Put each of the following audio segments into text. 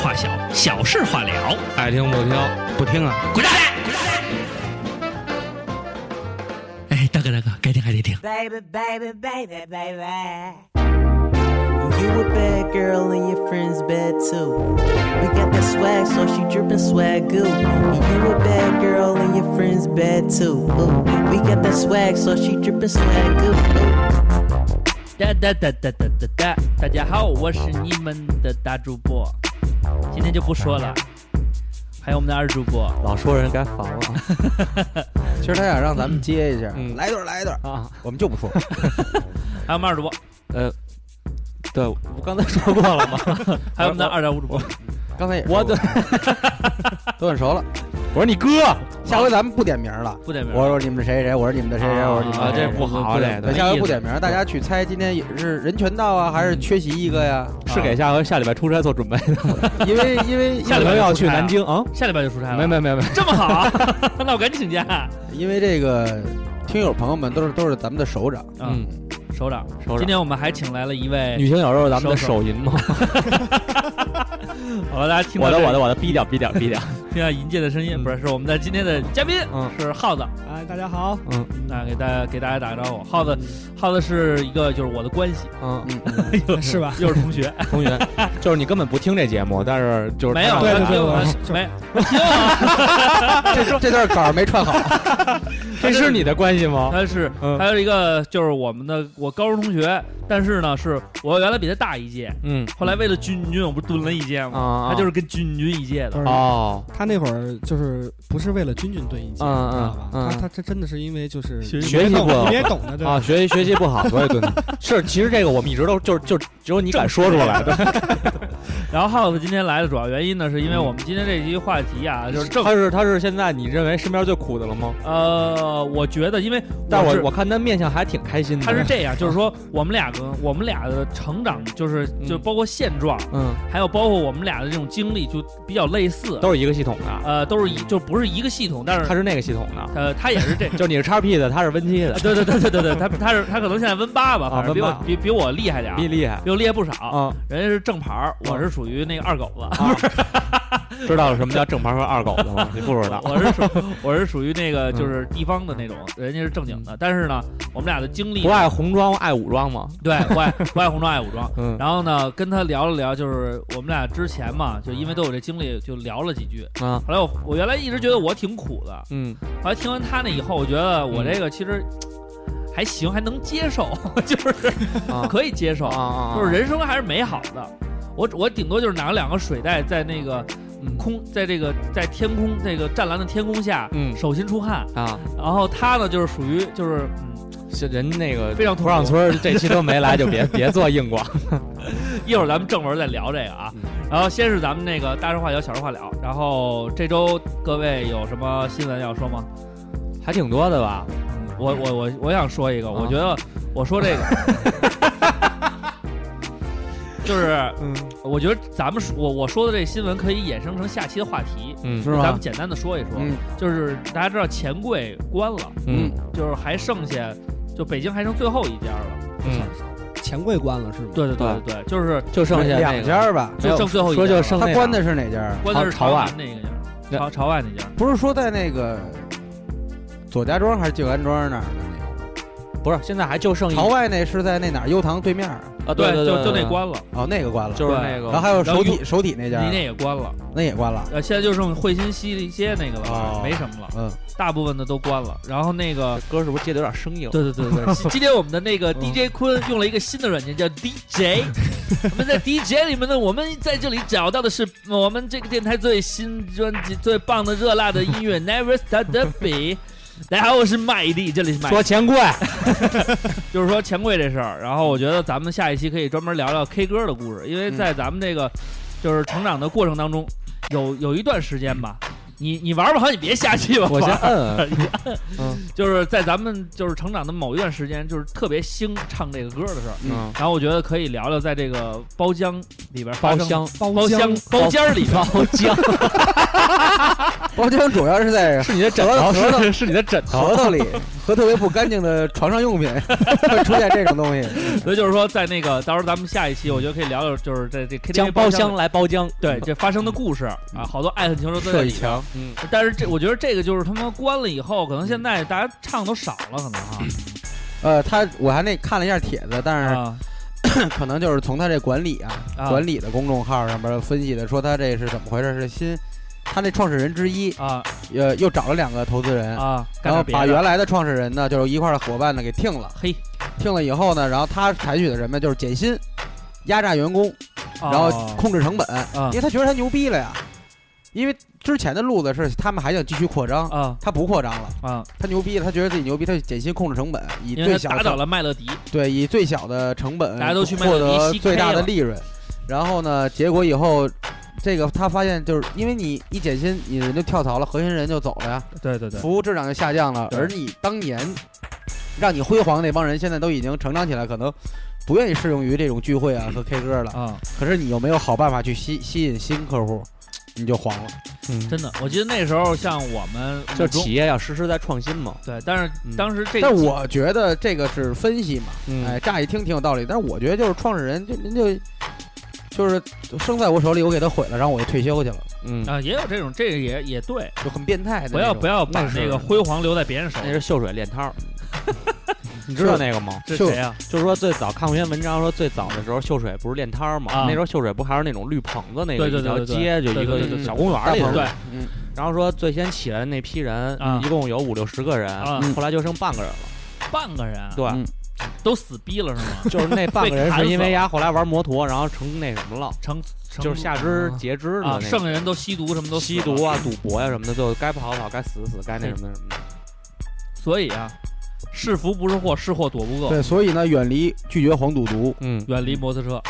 话小，小事化了， 爱听不听，不听啊， 滚蛋！哎，大哥，该听还得听。 Baby, baby, baby, baby. You a bad girl and your friend's bad too. We got that swag, so she drippin' swag goo. You a bad girl and your friend's bad too. Ooh. We got that swag, so she drippin' swag goo. 大家好，我是你们的大主播，今天就不说了。还有我们的二主播， 老说人该烦了。 其实他想让咱们接一下，来一段啊，我们就不说。 还有我们二主播， 对，我刚才说过了吗？ 还有我们的2.5主播， 刚才也说过都很熟了。 我说你哥， 下回咱们不点名了， 不点名。 我说你们的谁谁，我说你们的谁谁，我说你们的谁谁， 这不好，这下回不点名，大家去猜今天也是人全到啊，还是缺席一个呀？ 是给下礼拜出差做准备的。 因为下礼拜要去南京啊， 下礼拜就出差了。 没， 这么好，那我赶紧请假。 因为这个听友朋友们都是咱们的首长， 首长。今天我们还请来了一位女性友肉，咱们的手淫吗？ 好了，大家听到我的逼掉， 听到银界的声音，不是我们的今天的嘉宾，是耗子。 哎，大家好， 那给大家打个招呼。耗子是一个就是我的关系， 是吧？ 又是同学， 就是你根本不听这节目，但是就是没有，没听啊， 这段稿没串好， 这是你的关系吗？ 他是还有一个就是我高中同学，但是呢是我原来比他大一届，后来为了军我不是蹲了一届吗？他就是跟军一届的哦。他那会儿就是不是为了军蹲一届，知道吧？他真的是因为就是学习不好， 你也懂的对吧？ 啊，学习不好所以蹲。是，其实这个我们一直都就只有你敢说出来的。 然后耗子今天来的主要原因呢，是因为我们今天这期话题啊，就是他是现在你认为身边最苦的了吗？ 我觉得，因为但我看他面相还挺开心的。 他是这样，就是说我们俩的成长，就包括现状，还有包括我们俩的这种经历，就比较类似， 都是一个系统的， 就不是一个系统，但是他是那个系统的， 他也是这， 就你是 XP 的，他是Win7的， 对，他可能现在Win8吧，反正比我厉害点， 厉害， 比我厉害不少，人家是正牌，我是属于那个二狗子。 知道了什么叫正牌和二狗子吗？你不知道？ 我是属于那个就是地方的那种，人家是正经的。但是呢，我们俩的经历不爱红装爱武装嘛？ 对，不爱红装爱武装。然后呢，跟他聊了聊，就是我们俩之前嘛，就因为都有这经历，就聊了几句。后来我原来一直觉得我挺苦的，后来听完他那以后，我觉得我这个其实还行，还能接受，就是可以接受，就是人生还是美好的。我顶多就是拿2个水袋在那个在天空这个湛蓝的天空下，手心出汗啊。然后他呢，就是属于就是人那个非常土壤村这期都没来，就别做硬广。 一会儿咱们正文再聊这个啊。然后先是咱们那个大事化小，小事化了。然后这周各位有什么新闻要说吗？ 还挺多的吧。 我想说一个，我觉得我说这个。就是，我觉得咱们我说的这新闻可以衍生成下期的话题， 是吗？ 咱们简单的说一说，就是大家知道钱柜关了，就是还剩下，就北京还剩最后一家了， 钱柜关了是吗？ 对，就剩下 2家吧， 就剩最后一家， 说就剩他关的是哪家？ 关的是朝外那个家，朝外那家， 不是说在那个左家庄还是静安庄那儿的那个？ 不是，现在还就剩朝外那是在那哪儿？优唐对面啊？ 对，就那关了。 哦，那个关了， 就是那个。 然后还有首体那家， 那也关了， 那也关了。 现在就剩汇鑫西街那个了，没什么了。大部分的都关了。然后那个歌是不是接的有点生硬？ 对。今天我们的那个 DJ 坤用了一个新的软件叫 DJ。我们在 DJ 里面呢，我们在这里找到的是我们这个电台最新专辑最棒的热辣的音乐 Never Stop the Beat。大家好，我是麦蒂，这里是麦蒂。 说钱柜， 就是说钱柜这事儿。然后我觉得咱们下一期可以专门聊聊 K 歌的故事，因为在咱们这个就是成长的过程当中，有一段时间吧， 你玩不好你别瞎气吧， 我先摁， 就是在咱们就是成长的某一段时间，就是特别兴唱这个歌的时候，然后我觉得可以聊聊在这个包浆里边包间里边包浆主要是在是你的枕头，是你的枕头核桃里和特别不干净的床上用品会出现这种东西， 所以就是说在那个到时候咱们下一期我觉得可以聊聊就是在这 KTV 将包厢来包浆， 对这发生的故事啊，好多爱恨情仇都在里边。但是我觉得这个就是他们关了以后，可能现在大家唱都少了，可能哈。 我还看了一下帖子，但是可能就是从他这管理管理的公众号上边分析的，说他这是怎么回事？是他那创始人之一又找了2个投资人然后把原来的创始人呢，就是一块的伙伴呢给听了，听了以后呢，然后他采取的什么就是减薪、压榨员工，然后控制成本，因为他觉得他牛逼了呀。因为之前的路子是他们还想继续扩张他不扩张了他牛逼了，他觉得自己牛逼，他就减薪控制成本，以最小打倒了麦乐迪， 对，以最小的成本大家都去获得最大的利润。然后呢，结果以后这个他发现就是因为你一减薪，你人就跳槽了，核心人就走了呀， 对， 服务质量就下降了，而你当年让你辉煌那帮人现在都已经成长起来，可能不愿意适用于这种聚会和 K 歌了可是你有没有好办法去吸引新客户？你就黄了， 真的。我记得那时候像我们就企业要时时在创新嘛， 对。但是当时这个， 但我觉得这个是分析嘛，乍一听挺有道理。但是我觉得就是创始人就是生在我手里，我给他毁了，然后我就退休去了。 也有这种，这个也对， 就很变态的。 不要把那个辉煌留在别人手里， 那是秀水练摊。你知道那个吗？ 是谁啊？ 就是说最早看过一篇文章，说最早的时候秀水不是练摊儿嘛？那时候秀水不还是那种绿棚子那个一条街，就一个小公园里对。 然后说最先起来的那批人，一共有50-60个人，后来就剩半个人了。 半个人？ 对， 都死逼了是吗？ 就是那半个人是因为后来玩摩托，然后成那什么了，就是下肢截肢了。 剩下人都吸毒，什么都吸毒啊、赌博呀什么的，就该跑，该死，该那什么的。 所以是福不是祸，是祸躲不过。 对，所以呢，拒绝黄赌毒， 远离摩托车，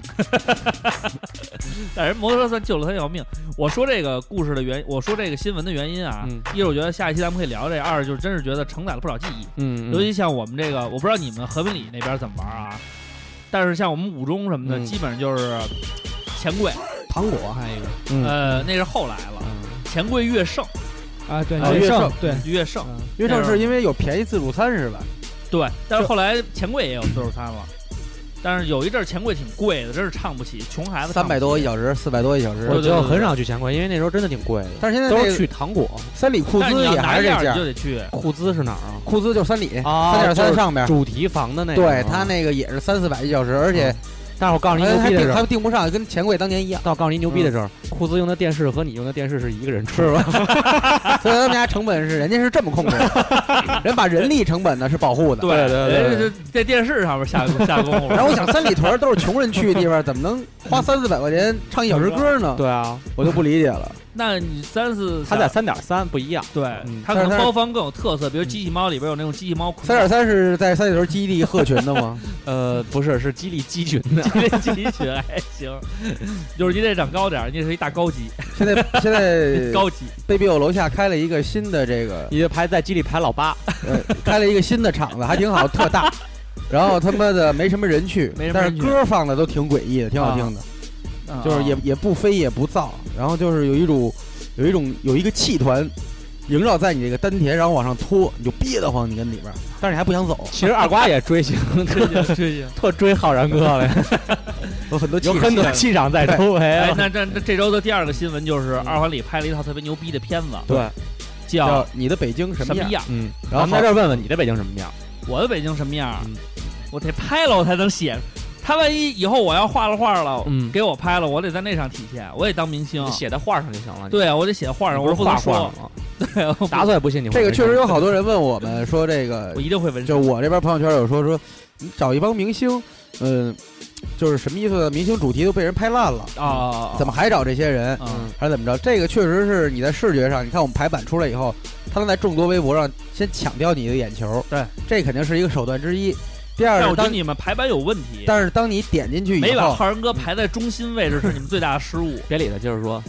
但是摩托车算救了他一条命。我说这个故事的我说这个新闻的原因一是我觉得下一期咱们可以聊这，二就是真是觉得承载了不少记忆，尤其像我们这个，我不知道你们和平里那边怎么玩但是像我们五中什么的，基本上就是钱柜、 糖果，还有一个，那是后来了，钱柜乐盛。 对，乐盛，对， 乐盛是因为有便宜自助餐是吧？ 对，但是后来钱柜也有自助餐了，但是有一阵钱柜挺贵的，真是唱不起，穷孩子。 300多1小时，400多1小时， 我就很少去钱柜，因为那时候真的挺贵的。 但是现在都是去糖果， 三里库兹也还是这家， 就得去。 库兹是哪儿啊？ 库兹就3里3.3上边主题房的那个， 对他那个也是300-4001小时，而且。 但是我告诉你牛逼的是， 还订不上，跟钱柜当年一样。 但我告诉你牛逼的是，库兹用的电视和你用的电视是一个人出，是吧？所以他们家成本是人家是这么控制的，人把人力成本呢是保护的。 对，人家在电视上面下功夫。 然后我想三里屯都是穷人去的地方，怎么能花300-400块钱唱1小时歌呢？ 对啊， 我就不理解了。 那你3-4， 它在3.3不一样， 对，它可能包房更有特色，比如机器猫里边有那种机器猫。 3.3是在三里屯基地鹤群的吗？ 不是，是激励鸡群的， 激励群还行，就是你得长高点，你是一大高级。 现在高级 ，baby 我楼下开了一个新的这个， 你在基里排老8， 开了一个新的场子，还挺好，特大。然后他妈的没什么人去，但是歌放的都挺诡异的，挺好听的。就是也不飞也不燥，然后就是有一个气团萦绕在你这个丹田，然后往上拖，你就憋得慌，你跟里边，但是你还不想走。 其实二瓜也追星，特追浩然哥了， 有很多气场在周围。 哎，那这周的第二个新闻就是二环里拍了一套特别牛逼的片子， 对， 叫你的北京什么样？ 然后在这问问你的北京什么样？ 我的北京什么样？我得拍了我才能写。他万一以后我要画了画了，给我拍了，我得在那上体现，我得当明星， 写在画上就行了。 对啊，我得写在画上，我是画画吗？对，打死也不信你。 这个确实有好多人问我们说，这个我一定会纹身。 就我这边朋友圈有说你找一帮明星，就是什么意思？明星主题都被人拍烂了啊， 怎么还找这些人？还是怎么着？这个确实是你在视觉上，你看我们排版出来以后，他能在众多微博上先抢掉你的眼球， 对， 这肯定是一个手段之一。第二， 我觉得你们排版有问题。 但是当你点进去以后， 没把浩然哥排在中心位置是你们最大的失误。 别理他，就是说，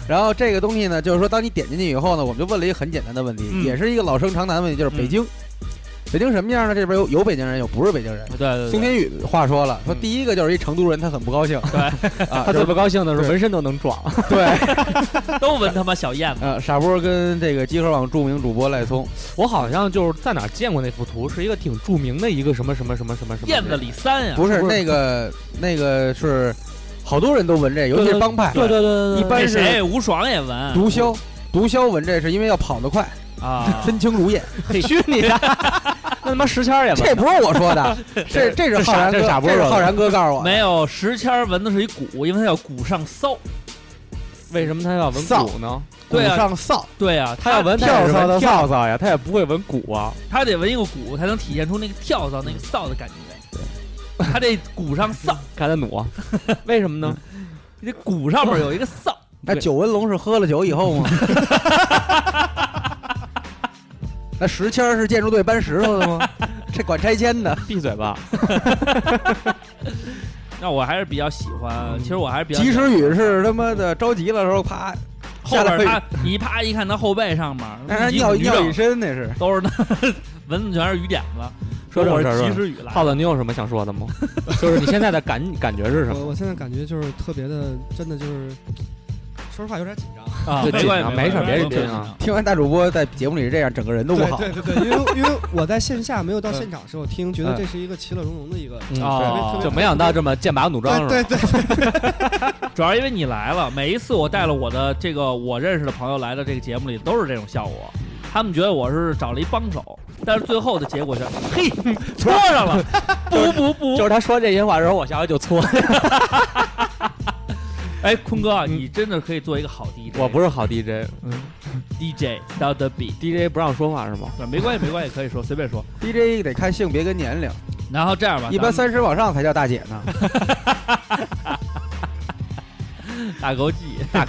然后这个东西呢，就是说，当你点进去以后呢，我们就问了一个很简单的问题，也是一个老生常谈的问题，就是北京。北京什么样呢？这边有北京人，有不是北京人。 对。 宋天宇话说了，说第一个就是一成都人，他很不高兴。 对，他最不高兴的是纹身都能撞。 对， 都纹他妈小燕子。 傻波跟这个集合网著名主播赖聪， 我好像就是在哪见过那幅图，是一个挺著名的一个什么燕子李三呀？ 不是那个是好多人都纹这，尤其是帮派。 对， 一般是谁吴爽也纹。 毒枭纹这是因为要跑得快啊， 身轻如燕。 去你的！那他妈石谦也纹， 这不是我说的，这是浩然哥，这是浩然哥告诉我。 没有，石谦纹的是一鼓，因为他要鼓上骚。 为什么他要纹鼓呢？ 对啊，鼓上骚。 对啊， 他要纹跳蚤的跳蚤呀，他也不会纹鼓啊。 他得纹一个鼓，才能体现出那个跳蚤那个臊的感觉。对，他得鼓上臊， 看他努，为什么呢？ 你这鼓上面有一个臊。 那九纹龙是喝了酒以后吗？那石谦是建筑队搬石头的吗？这管拆迁的， 闭嘴吧。 那我还是比较喜欢，其实我还是比较。 及时雨是他妈的着急了时候，啪， 后边他一啪一看他后背上面， 那尿一身那是， 都是那蚊子全是雨点子。 说我是及时雨来。 浩子，你有什么想说的吗？就是你现在的感觉是什么？ 我现在感觉就是特别的，真的就是。说实话有点紧张啊，没关系， 没事，别紧张。 听完大主播在节目里是这样，整个人都不好。 对，因为我在线下没有到现场的时候听，觉得这是一个其乐融融的一个， 就没想到这么剑拔弩张。 对。 主要因为你来了，每一次我带了我的这个我认识的朋友来的这个节目里都是这种效果，他们觉得我是找了一帮手，但是最后的结果是，嘿，搓上了，不， 就是他说这些话的时候，我下回就搓。 哎，坤哥，你真的可以做一个好 DJ。 我不是好 DJ， DJ without the beat，DJ 不让说话是吗？ 没关系，可以说，随便说。 DJ 得看性别跟年龄。 然后这样吧， 一般30往上才叫大姐呢。 大狗记， 大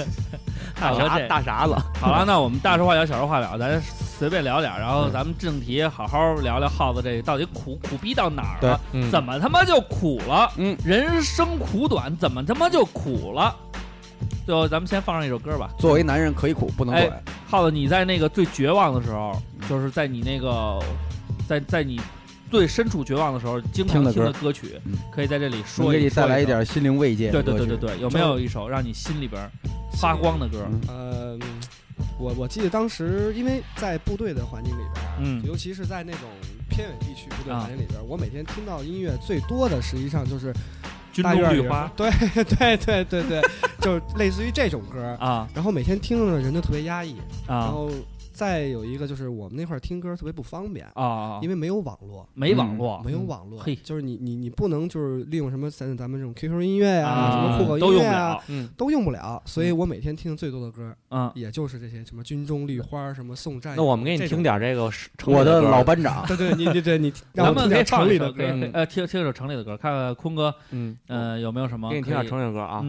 傻子。 好了，那我们大事化小，小事化了，咱随便聊点，然后咱们正题好好聊聊耗子这个到底苦逼到哪儿了？怎么他妈就苦了？人生苦短，怎么他妈就苦了？最后咱们先放上一首歌吧。 作为男人可以苦，不能短。 耗子，你在那个最绝望的时候，就是在你那个在你最身处绝望的时候，经常听的歌曲，可以在这里说给你带来一点心灵慰藉。 对，有没有一首让你心里边发光的歌？ 我记得当时因为在部队的环境里边，尤其是在那种偏远地区部队环境里边，我每天听到音乐最多的实际上就是军中绿花， 对，就类似于这种歌啊。然后每天听的人都特别压抑啊。然后再有一个就是我们那块听歌特别不方便啊，因为没有网络， 没有网络， 就是你不能就是利用什么咱们这种 QQ 音乐啊，什么酷狗音乐啊，都用不了。所以我每天听最多的歌，也就是这些什么军中绿花，什么送战。 那我们给你听点这个我的老班长。 对，你咱们听城里的歌， 听一首城里的歌，看看坤哥，有没有什么？ 给你听点城里的歌啊。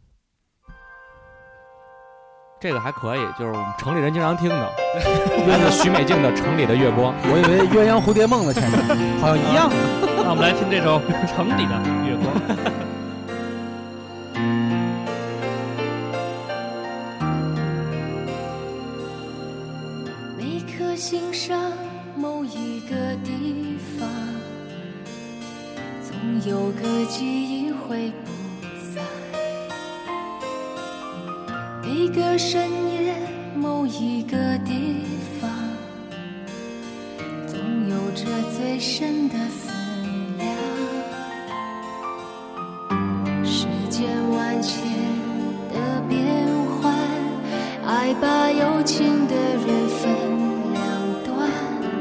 这个还可以，就是我们城里人经常听的，来自许美静的《城里的月光》。 我以为鸳鸯蝴蝶梦的前面好像一样。 那我们来听这首《城里的月光》。 每颗心上某一个地方，总有个记忆会不散。每个深夜某一个地方，总有着最深的思量。世间万千的变幻，爱把有情的人分两端。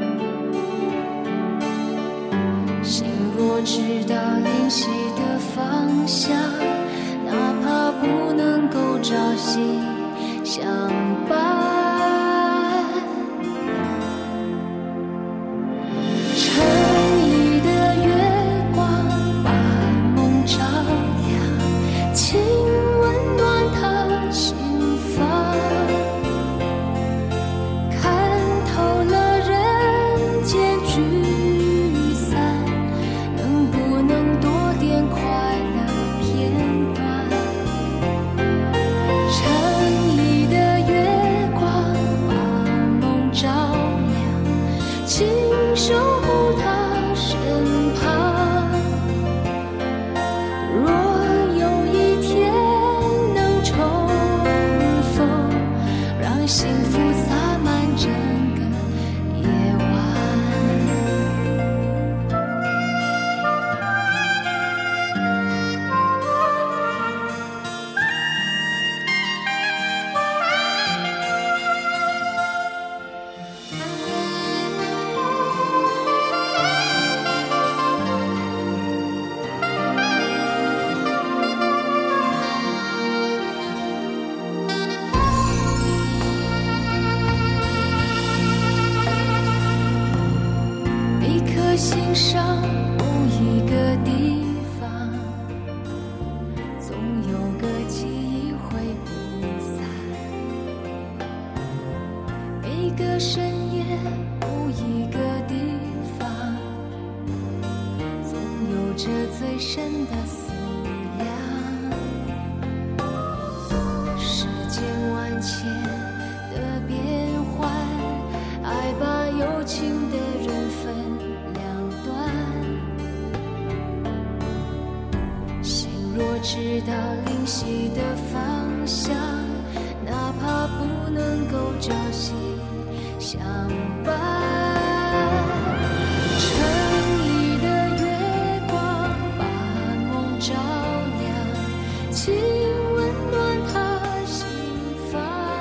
心若知道灵犀的方向，哪怕不能够朝夕相伴。城里的月光把梦照亮，请温暖他心房。看透了人间聚散，能不能多点快乐片段？城有个记忆挥不散。每个深夜不一个地方，总有着最深的思量。世间万千的变幻，爱把有情的人分两端。心若知道灵犀的方向，哪怕不能够朝夕相伴。城里的月光把梦照亮，请温暖他心房。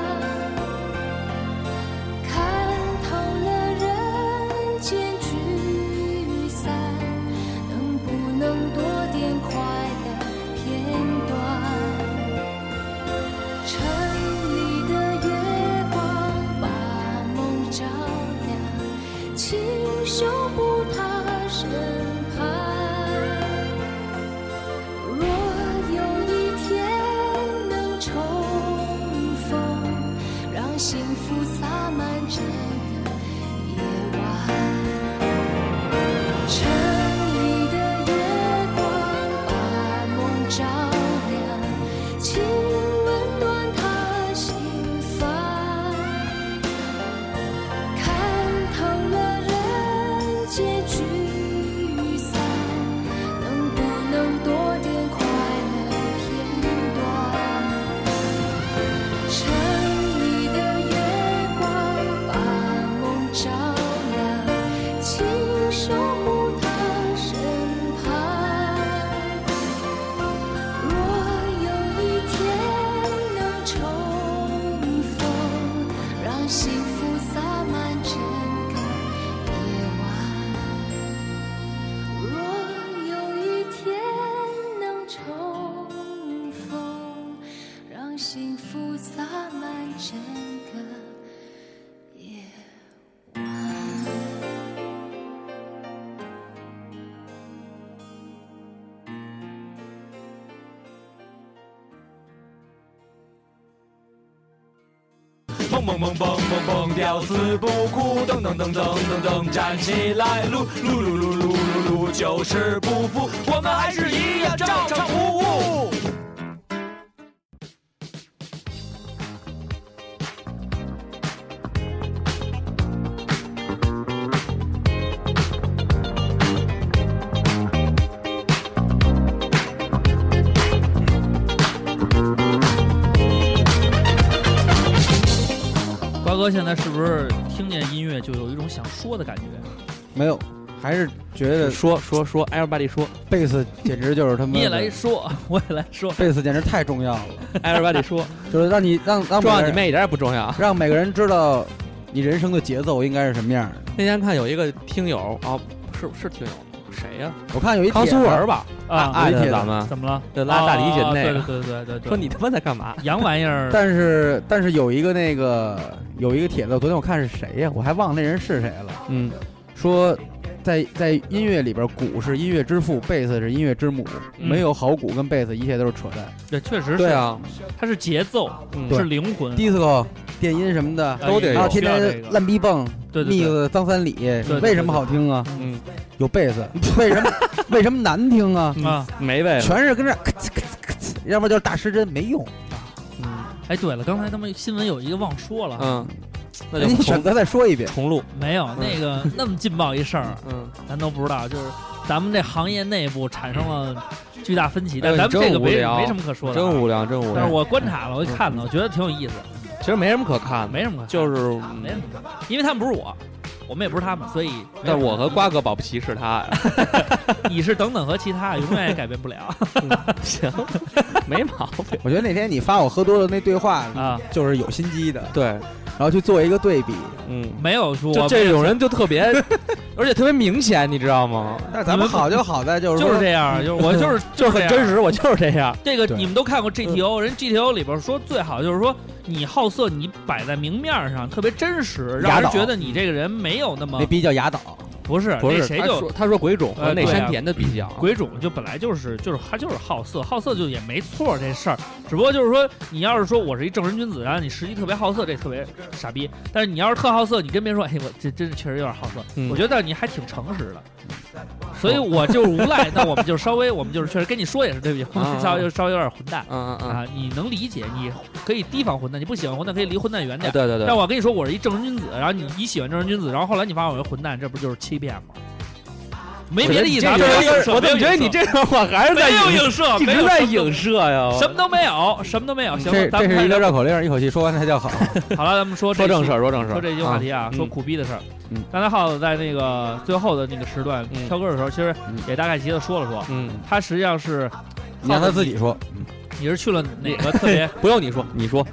看透了人间聚散，能不能多点快乐片段？城里的月光把梦照亮，请守护他身旁。若有一天能重逢，让幸福洒满整个夜晚。城里的月光把梦照亮，请温暖他心房。看透了人间聚散，能不能多点快乐片段？城里的月光把梦照亮，请守护他身旁。若有一天能重逢，让幸福洒满整个夜晚。若有一天能重逢，让幸福洒满整个夜晚。 蹦蹦蹦蹦蹦蹦，吊死不哭，噔噔噔噔噔噔，站起来，撸撸撸撸撸撸撸，就是不服，我们还是一样照常服务。 瓜哥现在是不是听见音乐就有一种想说的感觉？ 没有，还是觉得说 ，everybody 说， 贝斯简直就是他妈。 你也来说，我也来说， 贝斯简直太重要了。 everybody 说， 就是让重要你妹一点也不重要， 让每个人知道你人生的节奏应该是什么样的。 那天看有一个听友啊，是听友吗？谁呀？ 我看有一康苏文吧，艾特咱们怎么了？ 对，拉大提琴那个， 对， 说你他妈在干嘛？ 洋玩意儿。 但是有一个帖子，昨天我看是谁呀？我还忘了那人是谁了。说在音乐里边，鼓是音乐之父，贝斯是音乐之母，没有好鼓跟贝斯，一切都是扯淡。 对，确实是。 对啊， 它是节奏，是灵魂。 disco、电音什么的都得有， 然后天天烂逼蹦、腻子、脏三里，为什么好听啊？有贝斯，为什么难听啊？ 没为， 全是跟这咔呲咔呲咔呲，要不然就是大失真，没用。 哎，对了，刚才他们新闻有一个忘说了， 那你选择再说一遍。 重录没有那个那么劲爆一事儿，咱都不知道，就是咱们这行业内部产生了巨大分歧，但咱们这个没什么可说的， 真无聊。 但是我观察了，我看了，我觉得挺有意思。 其实没什么可看， 没什么可看， 就是没什么可看，因为他们不是我们也不是他们，所以。 但我和瓜哥保不齐是他呀。 你是等等和其他，永远也改变不了。 行，没毛病。 我觉得那天你发我喝多了那对话啊，就是有心机的。 对。 然后去做一个对比， 没有说就这种人就特别，而且特别明显，你知道吗？ 但是咱们好就好在就是这样，就是我就是很真实，我就是这样。 这个你们都看过 GTO， 人 GTO 里边说最好就是说你好色，你摆在明面上特别真实，让人觉得你这个人没有那么那逼叫压倒。 不是，谁就他说鬼冢和内山田的比较， 鬼冢就本来就是他就是好色就也没错这事儿，只不过就是说你要是说我是一正人君子，然后你实际特别好色，这特别傻逼。但是你要是特好色，你跟别人说，嘿，我这真是确实有点好色，我觉得你还挺诚实的。所以我就是无赖，那我们就是确实跟你说也是对不起，我们稍微有点混蛋，你能理解，你可以提防混蛋，你不喜欢混蛋可以离混蛋远点。 对。 但我跟你说，我是一正人君子，然后你喜欢正人君子，然后后来你发现我是混蛋，这不就是欺骗吗？没别的意思， 我怎么觉得你这段话还是在影射， 一直在影射呀？ 什么都没有。行， 这是一个绕口令，一口气说完才叫好。 好了，咱们说正事儿， 说这期话题啊，说苦逼的事儿。刚才耗子在那个最后的那个时段挑歌的时候，其实也大概齐的说了说。他实际上是你让他自己说。 你是去了哪个特别？ 不用你说，你说。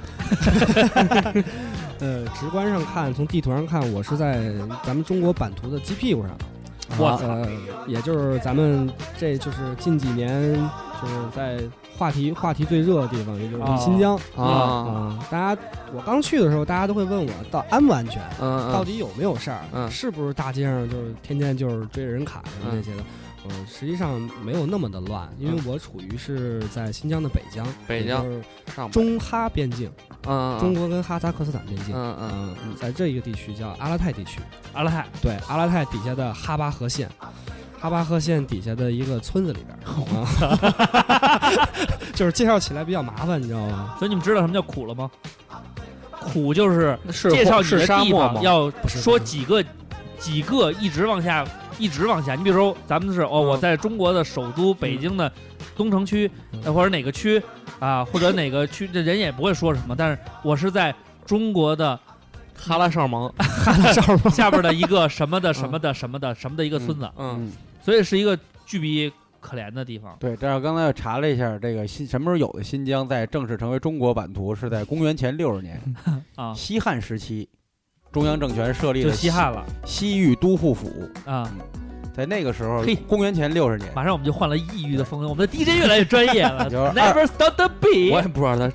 直观上看，从地图上看，我是在咱们中国版图的鸡屁股上。 我操！ 也就是咱们这就是近几年就是在话题最热的地方，也就是新疆大家我刚去的时候，大家都会问我到安不安全，到底有没有事儿，是不是大街上就是天天就是追着人砍什么这些的。实际上没有那么的乱，因为我处于是在新疆的北疆中哈边境，中国跟哈萨克斯坦边境，在这一个地区叫阿拉泰地区， 阿拉泰底下的哈巴河县底下的一个村子里边，就是介绍起来比较麻烦，你知道吗？ 所以你们知道什么叫苦了吗？苦就是介绍你的地方要说几个一直往下。你比如说，咱们是我在中国的首都北京的东城区，或者哪个区啊，或者哪个区，这人也不会说什么。但是我是在中国的哈拉少蒙下边的一个什么的一个村子，所以是一个巨逼可怜的地方。 对，这刚才又查了一下，这个什么时候有的新疆在正式成为中国版图，是在公元前60年西汉时期。中央政权设立的西汉了， 西域都护府在那个时候，公元前60年， 马上我们就换了异域的风格，我们的 DJ 越来越专业了。Never stop the beat， 我也不知道他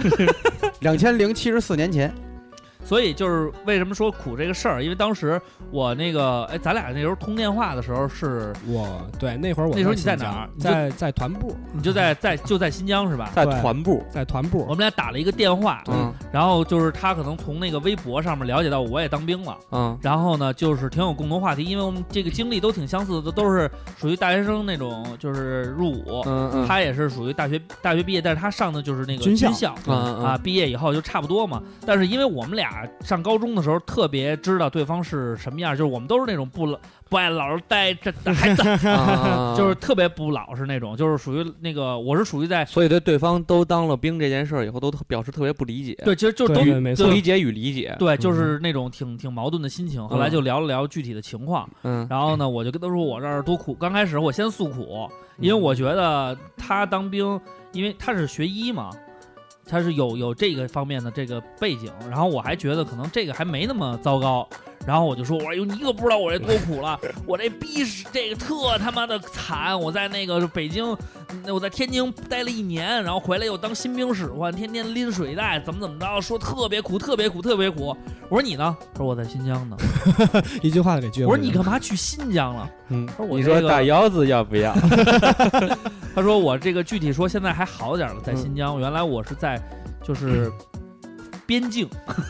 2074年前。 所以就是为什么说苦这个事儿，因为当时我那个咱俩那时候通电话的时候是对那会儿你在哪儿？在团部， 你就在新疆是吧？ 在团部， 我们俩打了一个电话，然后就是他可能从那个微博上面了解到我也当兵了，然后呢就是挺有共同话题，因为我们这个经历都挺相似的，都是属于大学生那种，就是入伍，他也是属于大学毕业，但是他上的就是那个军校毕业以后就差不多嘛，但是因为我们俩上高中的时候特别知道对方是什么样，就是我们都是那种不爱老实待着的孩子，就是特别不老实那种，就是属于那个我是属于在， 所以对方都当了兵这件事儿以后都表示特别不理解。 对，其实就都不理解与理解， 对，就是那种挺矛盾的心情。后来就聊了聊具体的情况，然后呢，我就跟他说我这儿多苦。刚开始我先诉苦，因为我觉得他当兵，因为他是学医嘛。他是有这个方面的这个背景，然后我还觉得可能这个还没那么糟糕，然后我就说，我说你可不知道我这多苦了，我这逼这个特他妈的惨，我在那个北京，我在天津待了1年，然后回来又当新兵使唤，天天拎水袋，怎么着，说特别苦。我说你呢？他说我在新疆呢。 一句话给撅。 我说你干嘛去新疆了？ 你说大腰子要不要？ 他说我这个具体说现在还好点了，在新疆，原来我是在就是边境。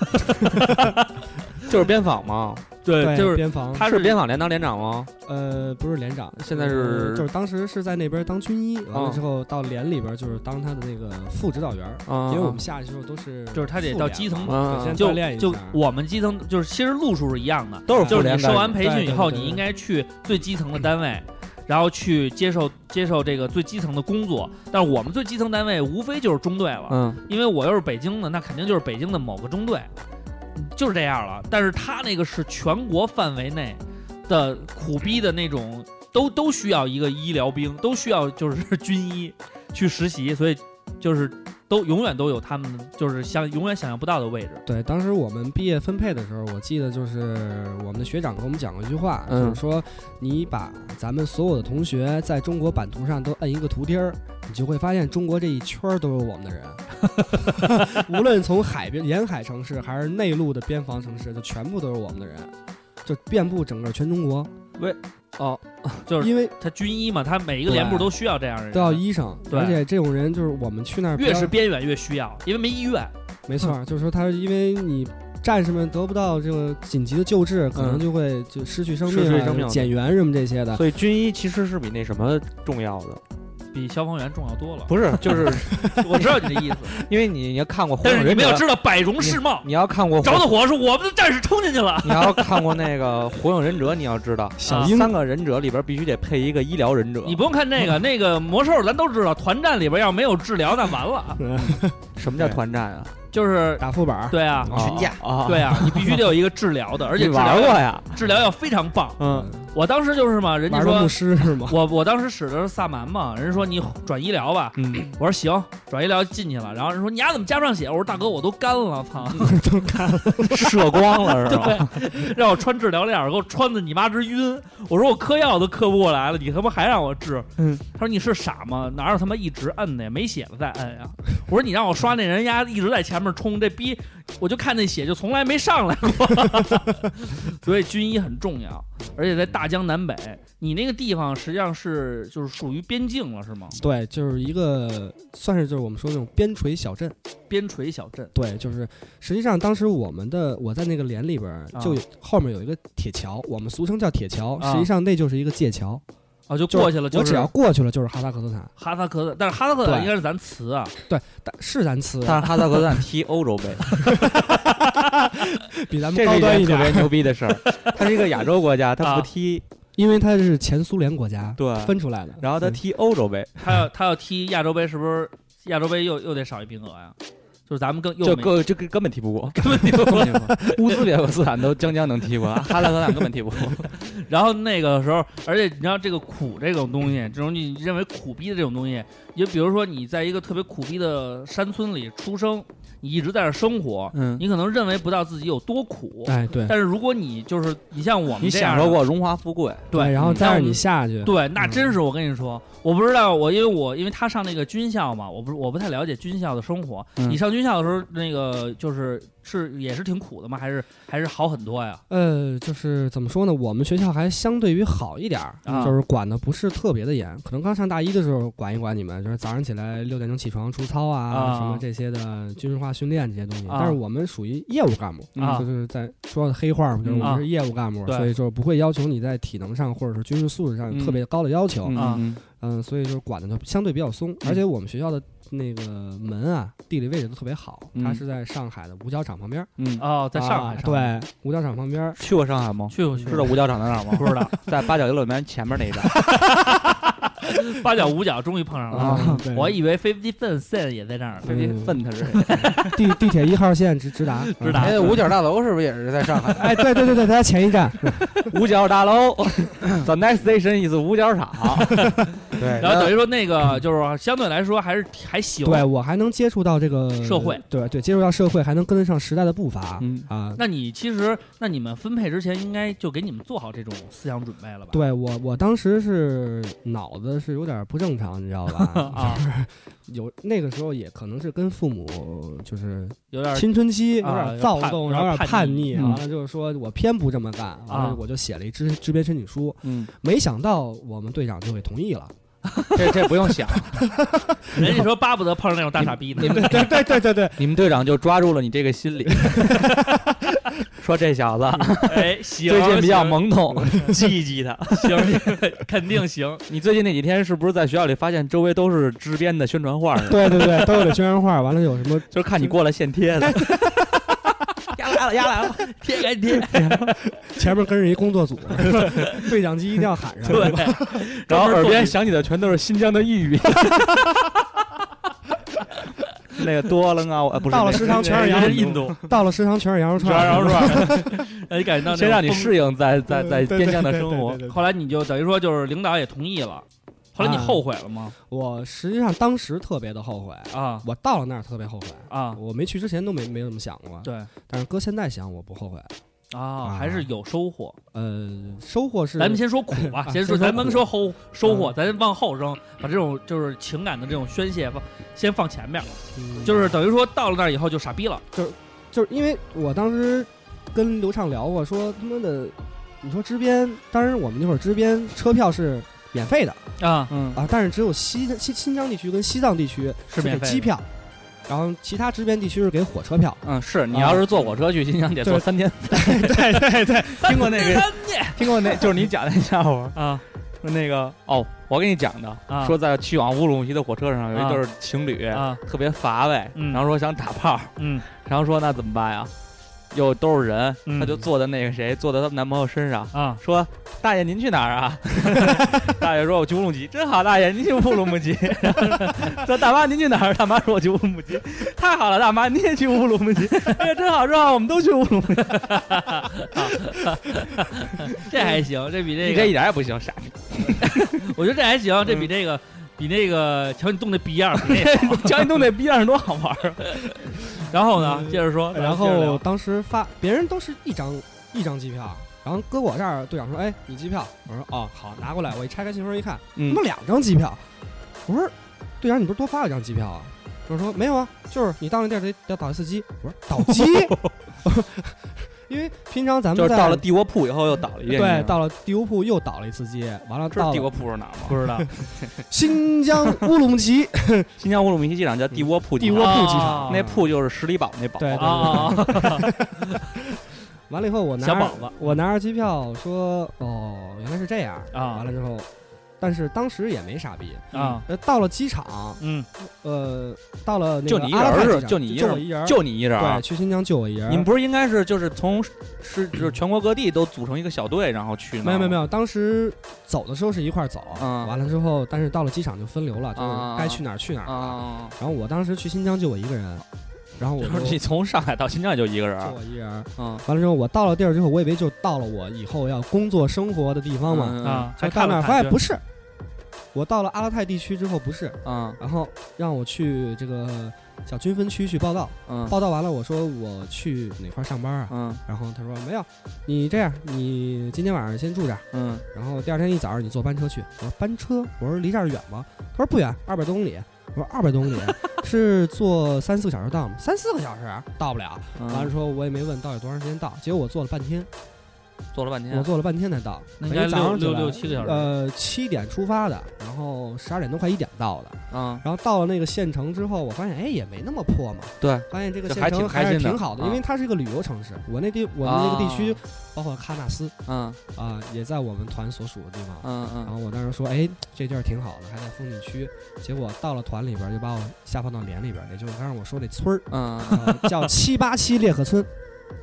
就是边防吗？ 对，就是边防。 他是边防连当连长吗？ 不是连长， 现在是就是当时是在那边当军医，完了之后到连里边就是当他的那个副指导员。因为我们下去之后都是， 就是他得到基层， 先锻炼一下。 就我们基层就是其实路数是一样的， 都是就是你受完培训以后，你应该去最基层的单位。然后去接受这个最基层的工作，但是我们最基层单位无非就是中队了，因为我又是北京的，那肯定就是北京的某个中队，就是这样了。但是他那个是全国范围内的苦逼的那种，都需要一个医疗兵，都需要就是军医去实习，所以就是永远都有他们就是永远想象不到的位置。 对，当时我们毕业分配的时候，我记得就是我们的学长跟我们讲过一句话，就是说你把咱们所有的同学在中国版图上都摁一个图钉儿，你就会发现中国这一圈都有我们的人。无论从海边沿海城市还是内陆的边防城市，就全部都是我们的人，就遍布整个全中国。 就是因为他军医嘛，他每一个连部都需要这样的人， 都要医生，而且这种人就是我们去那儿越是边远越需要，因为没医院。 没错，就是说他因为你战士们得不到这个紧急的救治，可能就会就失去生命、减员什么这些的。 所以军医其实是比那什么重要的。 比消防员重要多了。 不是，就是我知道你的意思， 因为你要看过《火影忍者》，但是你们要知道百容世貌。 你要看过着的火是我们的战士冲进去了。 你要看过那个《火影忍者》，你要知道小樱 3个忍者里边必须得配一个医疗忍者。 你不用看那个魔兽，咱都知道，团战里边要没有治疗，那完了。 什么叫团战啊？ 就是打副本， 对啊， 群架啊，对啊，你必须得有一个治疗的，而且玩过呀， 治疗要非常棒。我当时就是嘛，人家说牧师是吗？ 我当时使的是萨满嘛，人家说你转医疗吧，我说行，转医疗进去了，然后人说你丫怎么加不上血？我说大哥我都干了，操， 都干了， 射光了是吧？ 对，让我穿治疗链，给我穿的你妈直晕。我说我嗑药都嗑不过来了，你他妈还让我治？他说你是傻吗？哪有他妈一直摁的呀？没血了再摁呀？我说你让我刷那人丫一直在前面冲，这逼我就看那血就从来没上来过。所以军医很重要，而且在大江南北，你那个地方实际上是就是属于边境了，是吗？ 对，就是一个算是就是我们说那种边陲小镇。 边陲小镇， 对，就是实际上当时我在那个连里边就后面有一个铁桥，我们俗称叫铁桥，实际上那就是一个界桥。 就过去了， 我只要过去了就是哈萨克斯坦。 哈萨克斯坦，但是哈萨克斯坦应该是咱瓷啊， 对，是咱瓷， 但是哈萨克斯坦踢欧洲杯， 比咱们高端一点， 特别牛逼的事儿。它是一个亚洲国家，它不踢， 因为它是前苏联国家， 对， 分出来的。 然后它踢欧洲杯， 他要踢亚洲杯，是不是亚洲杯又得少一名额呀？就是咱们就根本踢不过， 根本踢不过。 乌兹别克斯坦都将能踢过，哈萨克斯坦根本踢不过。 然后那个时候，而且你知道这个苦这种东西，这种你认为苦逼的这种东西，就比如说你在一个特别苦逼的山村里出生，你一直在这生活，你可能认为不到自己有多苦， 哎对。 但是如果你就是你像我们这样， 你享受过荣华富贵， 对，然后再让你下去， 对，那真是我跟你说，我不知道因为他上那个军校嘛，我不太了解军校的生活，你上军校的时候那个也是挺苦的吗？还是好很多呀？ 就是怎么说呢？我们学校还相对于好一点就是管的不是特别的严。可能刚上大一的时候管一管你们，就是早上起来6点钟起床出操啊，什么这些的军事化训练这些东西。但是我们属于业务干部，就是在说的黑话嘛，就是我们是业务干部，所以就是不会要求你在体能上或者是军事素质上有特别高的要求。所以就是管的就相对比较松，而且我们学校的那个门啊，地理位置都特别好，它是在上海的五角场旁边。 在上海， 对，五角场旁边。 去过上海吗？ 去过， 知道五角场在哪儿吗？ 不知道， 在八角游乐园前面那一站。 八角五角终于碰上了，我以为 50 cent 也在这儿 ，50 cent 是地铁1号线直达。 五角大楼是不是也是在上海？ 哎，对，它前一站， 五角大楼。The next station is 五角场。 对， 然后等于说那个就是相对来说还行。 对，我还能接触到这个社会， 对，接触到社会，还能跟得上时代的步伐。 那你们分配之前应该就给你们做好这种思想准备了吧？ 对，我当时是脑子是有点不正常，你知道吧？有那个时候也可能是跟父母就是有点青春期有点躁动，有点叛逆，完了就是说我偏不这么干，完了我就写了一支编申请书，没想到我们队长就给同意了。 这不用想， 人家说巴不得碰上那种大傻逼呢。 对， 你们队长就抓住了你这个心理，说这小子行， 最近比较懵懂， 记他，行，肯定行。 你最近那几天是不是在学校里发现周围都是支边的宣传画？ 对，都有宣传画，完了有什么就是看你过来现贴的。 压来了，贴赶紧贴。 前面跟着一工作组，对讲机一定要喊上。 对， 然后耳边响起的全都是新疆的异语。那个多楞啊，不是到了食堂全是羊肉， 印度到了食堂全是羊肉串， 你感觉到先让你适应在边疆的生活。 后来你就等于说就是领导也同意了。后来你后悔了吗？ 我实际上当时特别的后悔啊！ 我到了那儿特别后悔啊！ 我没去之前都没怎么想过。 对， 但是搁现在想，我不后悔啊，还是有收获。 收获是咱们先说苦吧，咱们说收获，咱往后扔，把这种就是情感的这种宣泄先放前面，就是等于说到了那儿以后就傻逼了， 就是因为我当时跟刘畅聊过，说他妈的。 你说支边，当然我们那会儿支边车票是免费的但是只有新疆地区跟西藏地区是给机票。然后其他支边地区是给火车票。 是你要是坐火车去新疆得坐3天。 对， 听过那就是你讲那笑话啊，那个我给你讲的，说在去往乌鲁木齐的火车上有一对情侣特别乏味，然后说想打炮，然后说那怎么办呀？又都是人，他就坐在坐在他男朋友身上说大爷您去哪儿啊？大爷说我去乌鲁木齐。真好，大爷您去乌鲁木齐。说大妈您去哪儿？大妈说我去乌鲁木齐。太好了，大妈你也去乌鲁木齐。哎呀真好，我们都去乌鲁木齐。 这还行，这比你这一点也不行，傻逼。 我觉得这还行，这比那个瞧你动那逼样， 瞧你动那逼样多好玩。 然后呢，接着说， 然后当时别人都是一张机票，然后搁我这儿，队长说：“哎，你机票？”我说：“哦，好，拿过来。”我一拆开信封一看，他妈2张机票。我说：“队长，你不是多发了张机票啊？”我说：“没有啊，就是你到那地儿得倒一次机。”我说：“倒机？”因为平常咱们就是到了地窝铺以后又倒了一遍， 对，到了地窝铺又倒了一次机，完了到地窝铺是哪儿吗？ 不知道。 新疆乌鲁木齐， 新疆乌鲁木齐机场叫地窝铺， 地窝铺机场， 那铺就是十里堡那堡。 对。完了以后我拿着机票说原来是这样啊，完了之后。但是当时也没傻逼啊， 到了机场，到了那个阿拉泰机场，就你一人，对，去新疆就我一人。 你们不是应该是就是就是全国各地都组成一个小队然后去吗？ 没有，当时走的时候是一块走，完了之后，但是到了机场就分流了，就是该去哪儿去哪儿了。然后我当时去新疆就我一个人，然后你从上海到新疆也就一个人， 就我一人。完了之后我到了地儿之后，我以为就到了我以后要工作生活的地方嘛，就到那儿发现不是。我到了阿拉泰地区之后不是，然后让我去这个小军分区去报道，报道完了我说我去哪块上班啊，然后他说没有，你这样，你今天晚上先住这儿，然后第二天一早你坐班车去。我说班车？我说离这儿远吗？他说不远，200多公里。我说200多公里是坐3-4个小时到吗？3-4个小时到不了。完了说我也没问到底多长时间到，结果我坐了半天。 我坐了半天才到， 那应该6-7个小时。7点出发的，然后12点多快1点到的。然后到了那个县城之后，我发现也没那么破嘛。 对， 发现这个县城还是挺好的，因为它是一个旅游城市。我们那个地区，包括喀纳斯，也在我们团所属的地方。然后我当时说，这地儿挺好的，还在风景区。结果到了团里边，就把我下放到连里边，也就是刚才我说那村儿，叫787烈河村。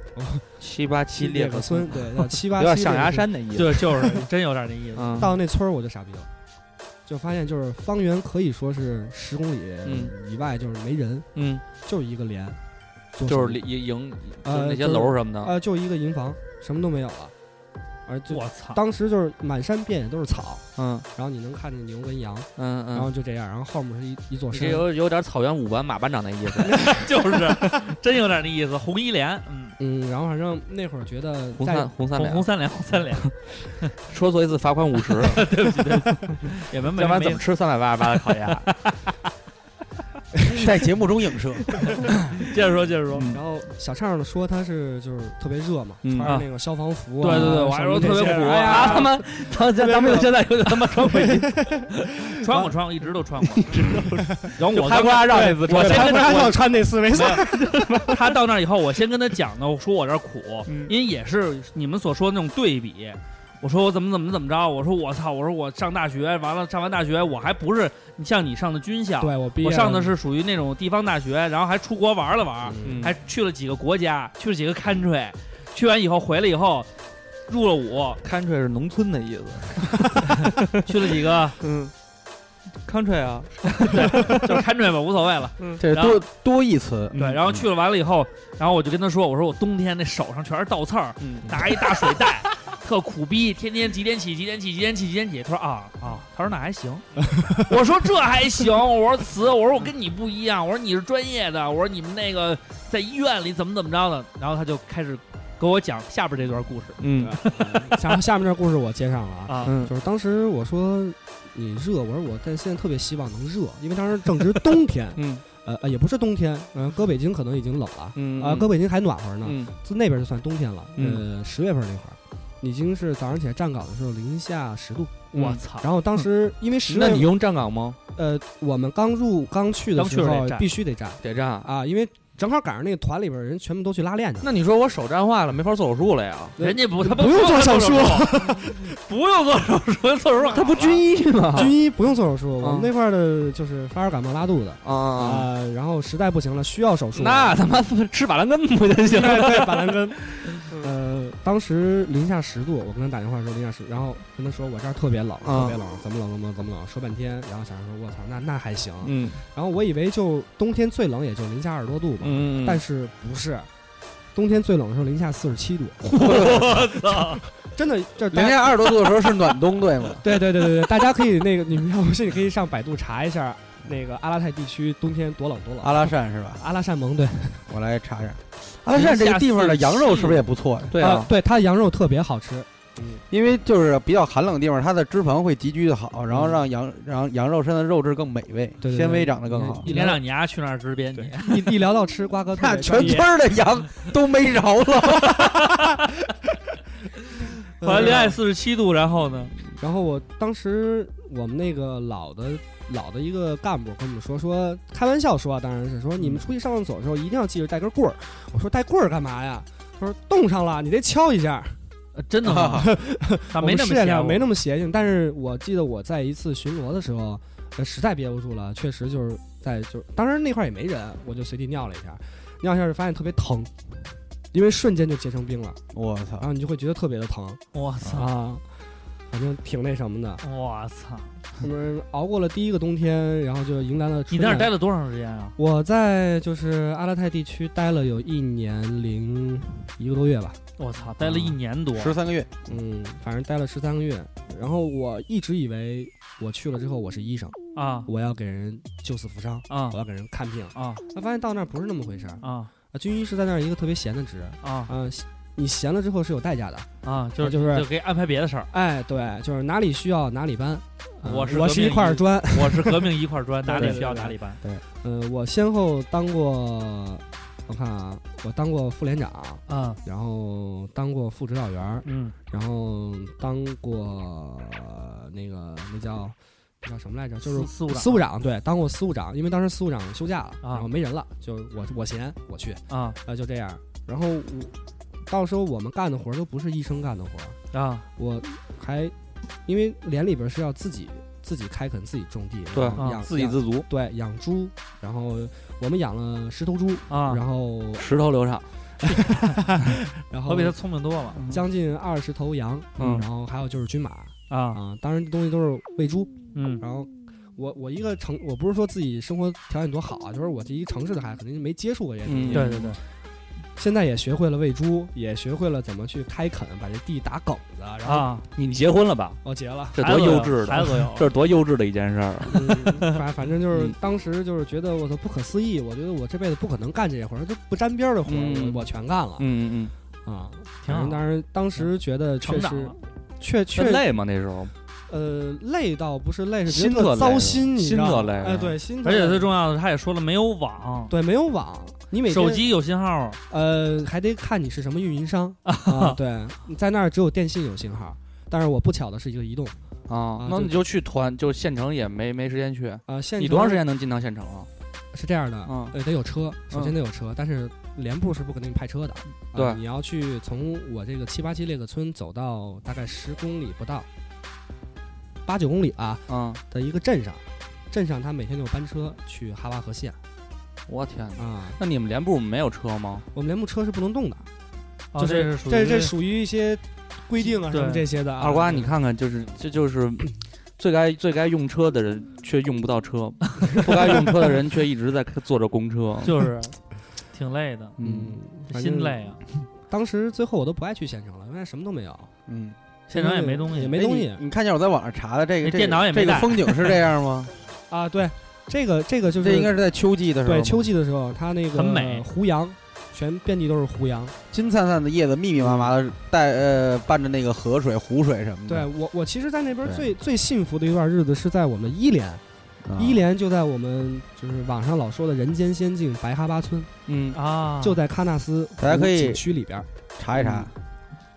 787烈河村， 对，叫787， 有点象牙山的意思。 对，就是真有点那意思。 到那村我就傻逼了，就发现就是方圆可以说是10公里以外就是没人，就是一个连， 就是营那些楼什么的， 就一个营房，什么都没有了。 我操！ 当时就是满山遍野都是草，然后你能看见牛跟羊，然后就这样，然后后面是一座山， 有点草原5班马班长那意思， 就是真有点那意思，红衣连， 然后反正那会儿觉得红三连，说错一次罚款50， 对不起，也没要不然怎么吃388的烤鸭？ 在节目中影射。 接着说。 然后小畅说他是就是特别热嘛，穿着那个消防服对，我还说特别苦他们现在有他妈穿回去， 穿过，一直都穿过。然后我拍瓜让那次， 我先跟他穿那次没事。 他到那以后，我先跟他讲呢，我说我这苦，因为也是你们所说的那种对比。我说我怎么着？我说我操！我说我上大学完了，上完大学我还不是你像你上的军校， 对我毕业我上的是属于那种地方大学，然后还出国玩了玩，还去了几个国家，去了几个 country， 去完以后回来以后入了伍 ，country 是农村的意思， 去了几个 country 啊， 对，就是 country 吧，无所谓了， 这多义词， 对，然后去了完了以后，然后我就跟他说，我说我冬天那手上全是倒刺儿，拿一大水袋。特苦逼，天天几点起？他说他说那还行。我说这还行。我说我说我跟你不一样。我说你是专业的。我说你们那个在医院里怎么着的。然后他就开始给我讲下边这段故事。 下面这故事我接上了啊。就是当时我说你热，我说但现在特别希望能热，因为当时正值冬天。也不是冬天，搁北京可能已经冷了，搁北京还暖和呢，自那边就算冬天了，10月份那会儿。 已经是早上起来站岗的时候零下10度， 我操！ 然后当时因为那你用站岗吗？ 我们刚去的时候必须得站啊，因为正好赶上那个团里边人全部都去拉练去。 那你说我手站坏了，没法做手术了呀？ 人家他不用做手术， 不用做手术，做手术他不军医吗？ 军医不用做手术，我们那块的就是发烧感冒拉肚子然后实在不行了需要手术， 那他妈吃板蓝根不就行了？ 对，板蓝根。当时零下10度，我跟他打电话说零下10，然后跟他说我这儿特别冷，特别冷，怎么冷，说半天，然后想着说我操，那还行，然后我以为就冬天最冷也就零下20多度吧，但是不是，冬天最冷的时候零下47度， 我操， 真的这零下20多度的时候是暖冬，对吗？ 对，大家可以那个你们要不信你可以上百度查一下那个阿拉泰地区冬天多冷。 阿拉善是吧？ 阿拉善盟，对， 我来查查。阿拉善这个地方的羊肉是不是也不错呀？ 对啊，对，它的羊肉特别好吃， 因为就是比较寒冷的地方，它的脂肪会集聚的好，然后让羊肉身的肉质更美味，纤维长得更好。 一连让你丫去那儿直编去，一聊到吃，瓜哥那全村的羊都没饶了。 后来零下47度，然后呢？ 然后我当时我们那个老的一个干部跟我们说开玩笑说当然是说你们出去上厕所的时候一定要记着带根棍儿。我说带棍儿干嘛呀？他说冻上了你得敲一下。 真的吗？他没那么邪性，但是我记得我在一次巡逻的时候，实在憋不住了，确实就是当然那块也没人，我就随地尿了一下就发现特别疼，因为瞬间就结成冰了。 我操！ 然后你就会觉得特别的疼。 我操啊！反正挺那什么的。 我操！ 我们熬过了第一个冬天，然后就迎来了。 你在那儿待了多长时间啊？ 我在就是阿拉泰地区待了有1年0一个多月吧。 我操，待了1年多 ，13个月。 反正待了13个月。然后我一直以为我去了之后我是医生啊， 我要给人救死扶伤啊， 我要给人看病啊。 发现到那儿不是那么回事啊。 军医是在那儿一个特别闲的职你闲了之后是有代价的啊，就可以安排别的事儿。 哎，对，就是哪里需要哪里搬。 我是一块砖， 我是革命一块砖，哪里需要哪里搬。 对，我先后当过，我看啊，我当过副连长然后当过副指导员然后当过那叫什么来着？就是司务长，对，当过司务长，因为当时司务长休假了，然后没人了，就我闲，我去就这样。然后到时候我们干的活都不是医生干的活我还因为连里边是要自己开垦、自己种地， 对，自给自足， 对，养猪，然后我们养了10头猪然后 10头流畅， 然后我比他聪明多了， 将近20头羊，然后还有就是军马当然这东西都是喂猪，然后我一个我不是说自己生活条件多好就是我这一城市的孩子肯定没接触过这些东西， 对。 现在也学会了喂猪，也学会了怎么去开垦，把这地打梗子。然后你结婚了吧？ 我结了， 这多幼稚的， 孩子有， 这是多幼稚的一件事儿。 反正就是当时就是觉得我操不可思议，我觉得我这辈子不可能干这些活儿，就不沾边的活儿，我全干了。 挺好。 当然当时觉得确实确累吗？那时候？ 累倒不是累，是觉得糟心， 心特累。 哎，对，心。 而且最重要的，他也说了没有网， 对，没有网。你每手机有信号， 还得看你是什么运营商对，在那儿只有电信有信号，但是我不巧的是一个移动那你就去团，就县城也没时间去县你多长时间能进到县城啊？ 是这样的得有车，首先得有车，但是连部是不可能派车的， 对， 你要去从我这个787列克村走到大概10公里不到，8、9公里的一个镇上他每天就有班车去哈瓦河县。 我天那你们连部没有车吗？ 我们连部车是不能动的， 就是这属于一些规定什么这些的。 二瓜，你看看，这就是最该用车的人却用不到车，不该用车的人却一直在坐着公车， 就是挺累的，心累啊。 当时最后我都不爱去县城了，因为什么都没有， 县城也没东西， 你看见我在网上查的这个电脑也没带， 这个风景是这样吗？ 对。这个就是这应该是在秋季的时候， 对，秋季的时候，它那个很美， 胡杨，全遍地都是胡杨， 金灿灿的叶子密密麻麻的伴着那个河水、湖水什么的。 对我其实，在那边最幸福的一段日子是在我们伊莲，伊莲就在我们就是网上老说的人间仙境白哈巴村，就在喀纳斯， 大家可以景区里边查一查。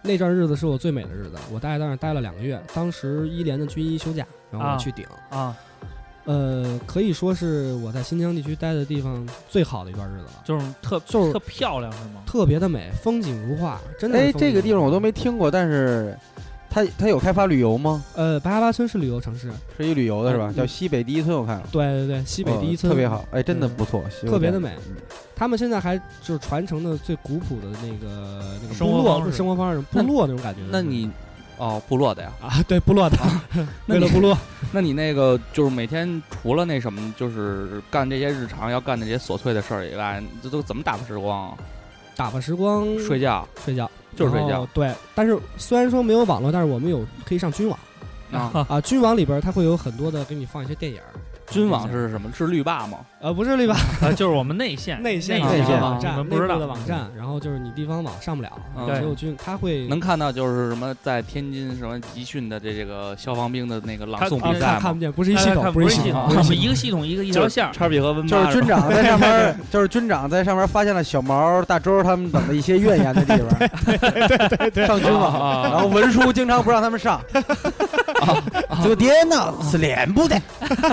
那阵日子是我最美的日子，我在那儿待了2个月，当时1连的军医休假，然后我去顶可以说是我在新疆地区待的地方最好的一段日子了， 就是特漂亮是吗？ 特别的美，风景如画，真的。 这个地方我都没听过，但是它有开发旅游吗？ 白哈巴村是旅游城市， 是一旅游的是吧？叫西北第一村，我看了。 对，西北第一村特别好，真的不错， 特别的美。他们现在还就是传承的最古朴的那个部落生活方式，部落那种感觉。 那你部落的呀？ 对，部落的，为了部落。 那你那个就是每天除了那什么，就是干这些日常要干这些琐碎的事儿以外，这都怎么打发时光啊？ 打发时光， 睡觉，就是睡觉。 对，但是虽然说没有网络，但是我们可以上军网军网里边它会有很多的给你放一些电影。 军网是什么？是绿霸吗？ 不是绿霸， 就是我们内线网站，内部的网站，然后就是你地方网上不了，只有军，他会能看到就是什么在天津什么集训的这个消防兵的那个朗诵比赛吗？ 看不见，不是一系统，不是一系统， 我们一个系统一条线。 叉比和温就是军长在上面，就是军长在上面发现了小毛、大周他们等的一些怨言的地方， 对， 上军网，然后文书经常不让他们上，这个电脑是连不的。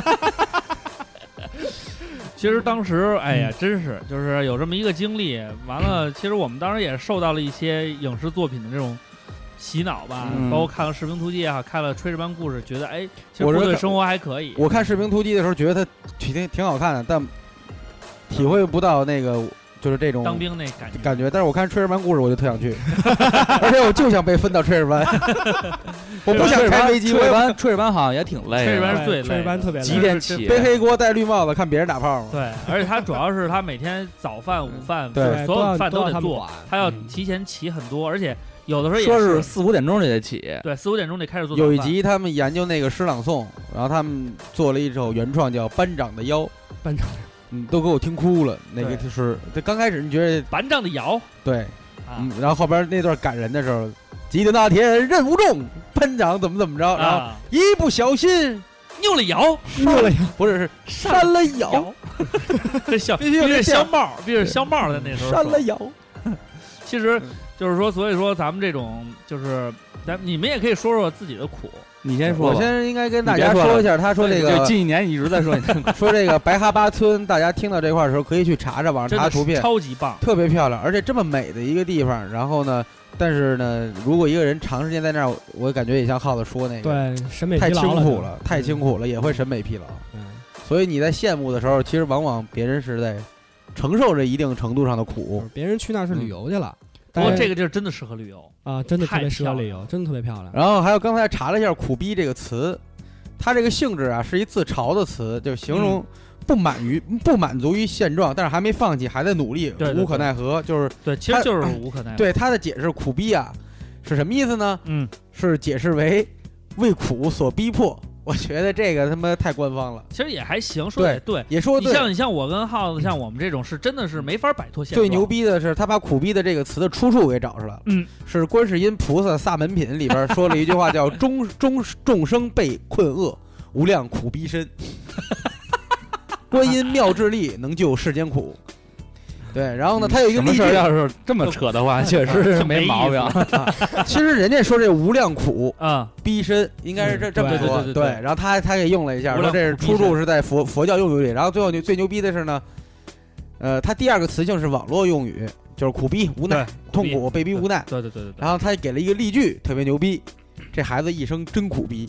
其实当时，哎呀，真是就是有这么一个经历，完了，其实我们当时也受到了一些影视作品的这种洗脑吧，包括看了《士兵突击》啊，看了《炊事班故事》，觉得其实部队生活还可以。 我看《士兵突击》的时候，觉得它挺好看的，但体会不到那个就是这种当兵那感觉。但是我看《炊事班故事》，我就特想去，而且我就想被分到炊事班。我不想开飞机。 炊事班好像也挺累， 炊事班是最累， 炊事班特别累。 几点起？ 背黑锅戴绿帽子看别人打炮。 对，而且他主要是他每天早饭、午饭， 对， 所有饭都得做，他要提前起很多，而且有的时候说是4、5点钟就得起。 对，4、5点钟得开始做早饭。 有一集他们研究那个诗朗诵，然后他们做了一首原创叫《班长的腰》。 班长。 都给我听哭了。那个就是这刚开始你觉得班长的摇， 对，然后后边那段感人的时候，记得那天任务重，班长怎么着，然后一不小心扭了腰， 不是扇了腰， 这必须是香帽，必须是香帽的那时候扇了腰。 其实就是说，所以说咱们这种就是你们也可以说说自己的苦。 你先说， 我先应该跟大家说一下。他说这个就近1年一直在说说这个白哈巴村，大家听到这块的时候可以去查查，网上查图片， 超级棒， 特别漂亮，而且这么美的一个地方。然后呢，但是呢，如果一个人长时间在那儿，我感觉也像耗子说那个， 对，审美疲劳太辛苦了，太辛苦了，也会审美疲劳。所以你在羡慕的时候，其实往往别人是在承受着一定程度上的苦。 别人去那儿是旅游去了。 不过这个地儿真的适合旅游啊，真的特别适合旅游，真的特别漂亮。 然后还有刚才查了一下"苦逼"这个词，它这个性质啊是一自嘲的词，就形容不满足于现状，但是还没放弃，还在努力，无可奈何，就是对，其实就是无可奈何。 对他的解释，"苦逼"啊是什么意思呢？是解释为为苦所逼迫。我觉得这个他妈太官方了， 其实也还行，说的对， 也说对。 你像我跟耗子，像我们这种是真的是没法摆脱现状。 最牛逼的是，他把"苦逼"的这个词的出处给找出来了，是观世音菩萨萨门品里边说了一句话，叫"众生被困厄，无量苦逼身，观音妙智力能救世间苦。"对，然后呢，他有一个例句， 要是这么扯的话，确实是没毛病。 其实人家说这无量苦逼身，应该是这么说。 对， 然后他给用了一下，说这是出处是在佛教用语里。然后最后最牛逼的是呢，他第2个词性是网络用语，就是苦逼、无奈、痛苦、被逼无奈。 对。 然后他给了一个例句，特别牛逼，这孩子一生真苦逼。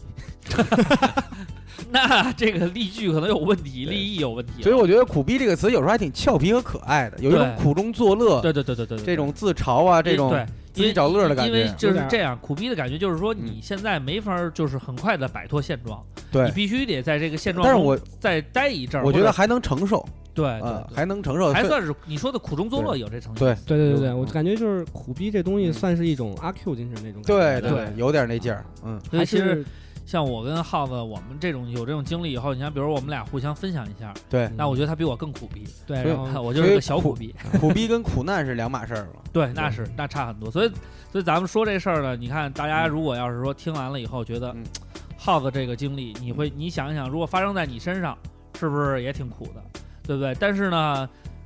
那这个例句可能有问题，立意有问题。 所以我觉得"苦逼"这个词有时候还挺俏皮和可爱的，有一种苦中作乐， 对， 这种自嘲啊，这种自己找乐的感觉。 因为就是这样，苦逼的感觉就是说，你现在没法就是很快的摆脱现状， 对， 你必须得在这个现状中再待一阵儿。 我觉得还能承受， 对， 还能承受， 还算是你说的苦中作乐有这成分。 对，我感觉就是苦逼这东西算是一种阿 Q 精神那种感觉。对，有点那劲儿。 所以其实像我跟耗子，我们有这种经历以后，你看，比如我们俩互相分享一下， 对， 那我觉得他比我更苦逼， 对， 然后我就是个小苦逼。 苦逼跟苦难是2码事儿嘛？ 对，那差很多。所以咱们说这事儿呢，你看大家如果要是说听完了以后觉得，耗子这个经历，你想一想，如果发生在你身上，是不是也挺苦的，对不对？但是呢，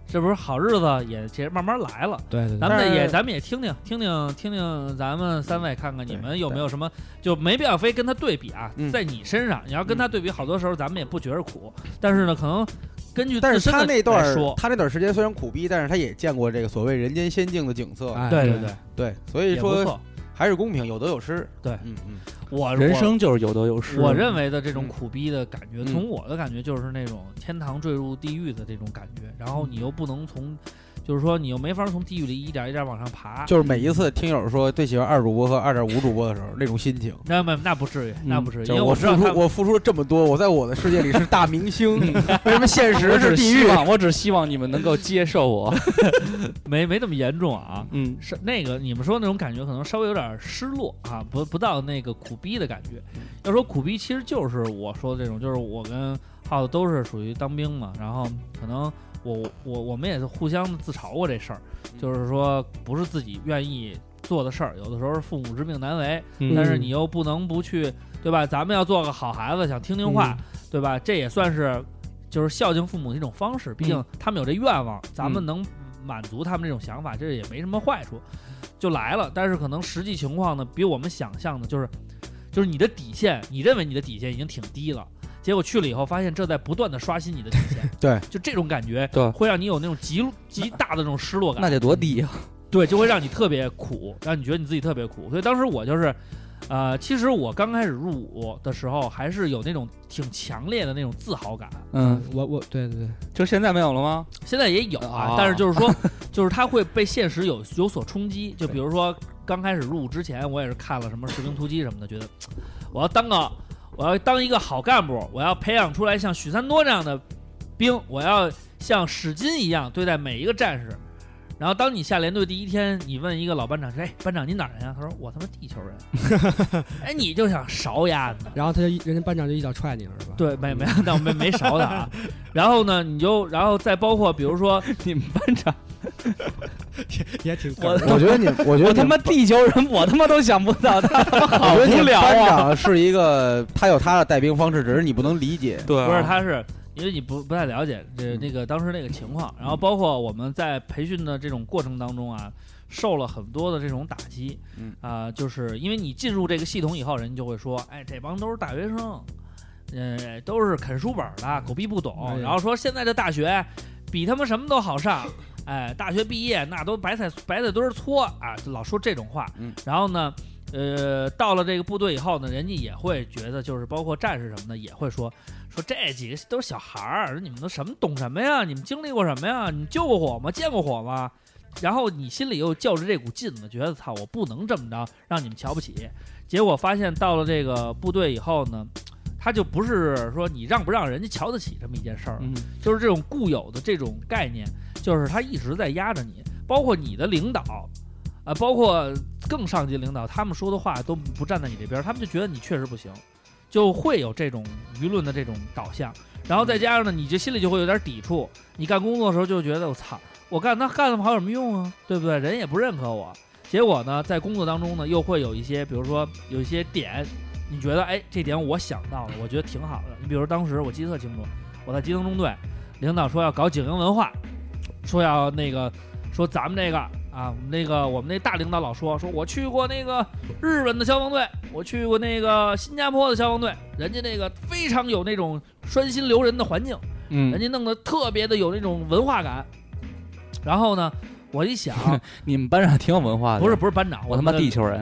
这不是好日子也其实慢慢来了。 对对， 咱们也听听咱们3位，看看你们有没有什么，就没必要非跟他对比啊，在你身上你要跟他对比，好多时候咱们也不觉得苦，但是呢可能根据自身的他那段时间虽然苦逼，但是他也见过这个所谓人间仙境的景色。 对， 所以说还是公平，有得有失。 对， 人生就是有得有失。 我认为的这种苦逼的感觉，从我的感觉就是那种天堂坠入地狱的这种感觉，然后你又不能从。就是说，你又没法从地狱里一点一点往上爬。 就是每一次听友说最喜欢2主播和2.5主播的时候，那种心情。 那不至于，那不至于。因为我付出了这么多，我在我的世界里是大明星，为什么现实是地狱？ 我只希望你们能够接受我。 没这么严重啊。是那个你们说那种感觉，可能稍微有点失落啊，不到那个苦逼的感觉。要说苦逼，其实就是我说的这种，就是我跟耗子都是属于当兵嘛，然后可能。我们也是互相自嘲过这事儿，就是说不是自己愿意做的事儿，有的时候是父母之命难违，但是你又不能不去，对吧？咱们要做个好孩子，想听听话，对吧？这也算是就是孝敬父母的一种方式，毕竟他们有这愿望，咱们能满足他们这种想法，这也没什么坏处，就来了。但是可能实际情况呢，比我们想象的，就是你的底线，你认为你的底线已经挺低了。结果去了以后，发现这在不断的刷新你的底线， 对， 就这种感觉， 对， 会让你有那种极大的那种失落感， 那得多低啊！ 对，就会让你特别苦，让你觉得你自己特别苦。所以当时我就是，其实我刚开始入伍的时候，还是有那种挺强烈的那种自豪感。 我对， 就现在没有了吗？ 现在也有啊，但是就是说，就是它会被现实有所冲击。就比如说刚开始入伍之前，我也是看了什么《士兵突击》什么的，觉得我要当一个好干部，我要培养出来像许三多这样的兵，我要像史金一样对待每一个战士。然后当你下连队第一天，你问一个老班长说：“哎，班长您哪人呀？”他说：“我他妈地球人。”哎，你就想勺丫子， 然后人家班长就一脚踹你了，是吧？ 对，没勺他啊。然后呢，然后再包括比如说你们班长。 也挺我觉得我他妈地球人，我他妈都想不到，他他妈好无聊啊！ 班长是一个，他有他的带兵方式，只是你不能理解。 对， 不是他是因为你不太了解那个当时那个情况，然后包括我们在培训的这种过程当中啊，受了很多的这种打击。就是因为你进入这个系统以后，人就会说，哎，这帮都是大学生，都是啃书本的，狗屁不懂。然后说现在的大学比他们什么都好上。哎，大学毕业那都白菜堆搓啊，就老说这种话。然后呢，到了这个部队以后呢，人家也会觉得，就是包括战士什么的，也会说这几个都是小孩儿，你们都懂什么呀？你们经历过什么呀？你救过火吗？见过火吗？然后你心里又较着这股劲子，觉得操，我不能这么着让你们瞧不起。结果发现到了这个部队以后呢，他就不是说你让不让人家瞧得起这么一件事儿，就是这种固有的这种概念。就是他一直在压着你，包括你的领导，包括更上级领导，他们说的话都不站在你这边，他们就觉得你确实不行，就会有这种舆论的这种导向。然后再加上呢，你这心里就会有点抵触。你干工作的时候就觉得我操，我干那么好有什么用啊？对不对？人也不认可我。结果呢，在工作当中呢，又会有一些，比如说有一些点，你觉得哎，这点我想到了，我觉得挺好的。你比如当时我记得特清楚，我在基层中队，领导说要搞警营文化。说要说咱们这个啊，我们那大领导老说我去过那个日本的消防队，我去过那个新加坡的消防队，人家那个非常有那种拴心留人的环境，人家弄得特别的有那种文化感。然后呢，我一想， 你们班长挺有文化的。 不是班长， 我他妈地球人。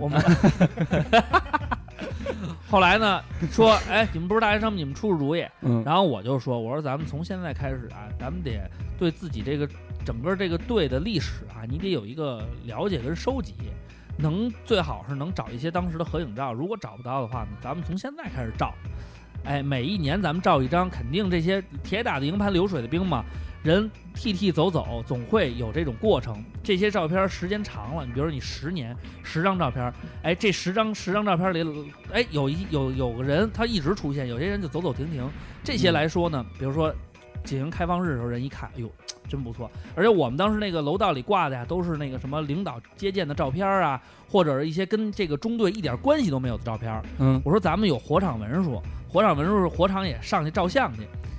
后来呢，说哎，你们不是大学生，你们出出主意。然后我说咱们从现在开始啊，咱们得对自己这个整个这个队的历史啊，你得有一个了解跟收集，最好是能找一些当时的合影照。如果找不到的话呢，咱们从现在开始照。哎，每一年咱们照一张，肯定这些铁打的营盘流水的兵嘛，人替走，总会有这种过程。这些照片时间长了，你比如说你10年10张照片，哎，这10张照片里，哎，有个人他一直出现，有些人就走停。这些来说呢，比如说进行开放日的时候，人一看，哎呦，真不错。而且我们当时那个楼道里挂的呀，都是那个什么领导接见的照片啊，或者是一些跟这个中队一点关系都没有的照片。我说咱们有火场文书，火场也上去照相去。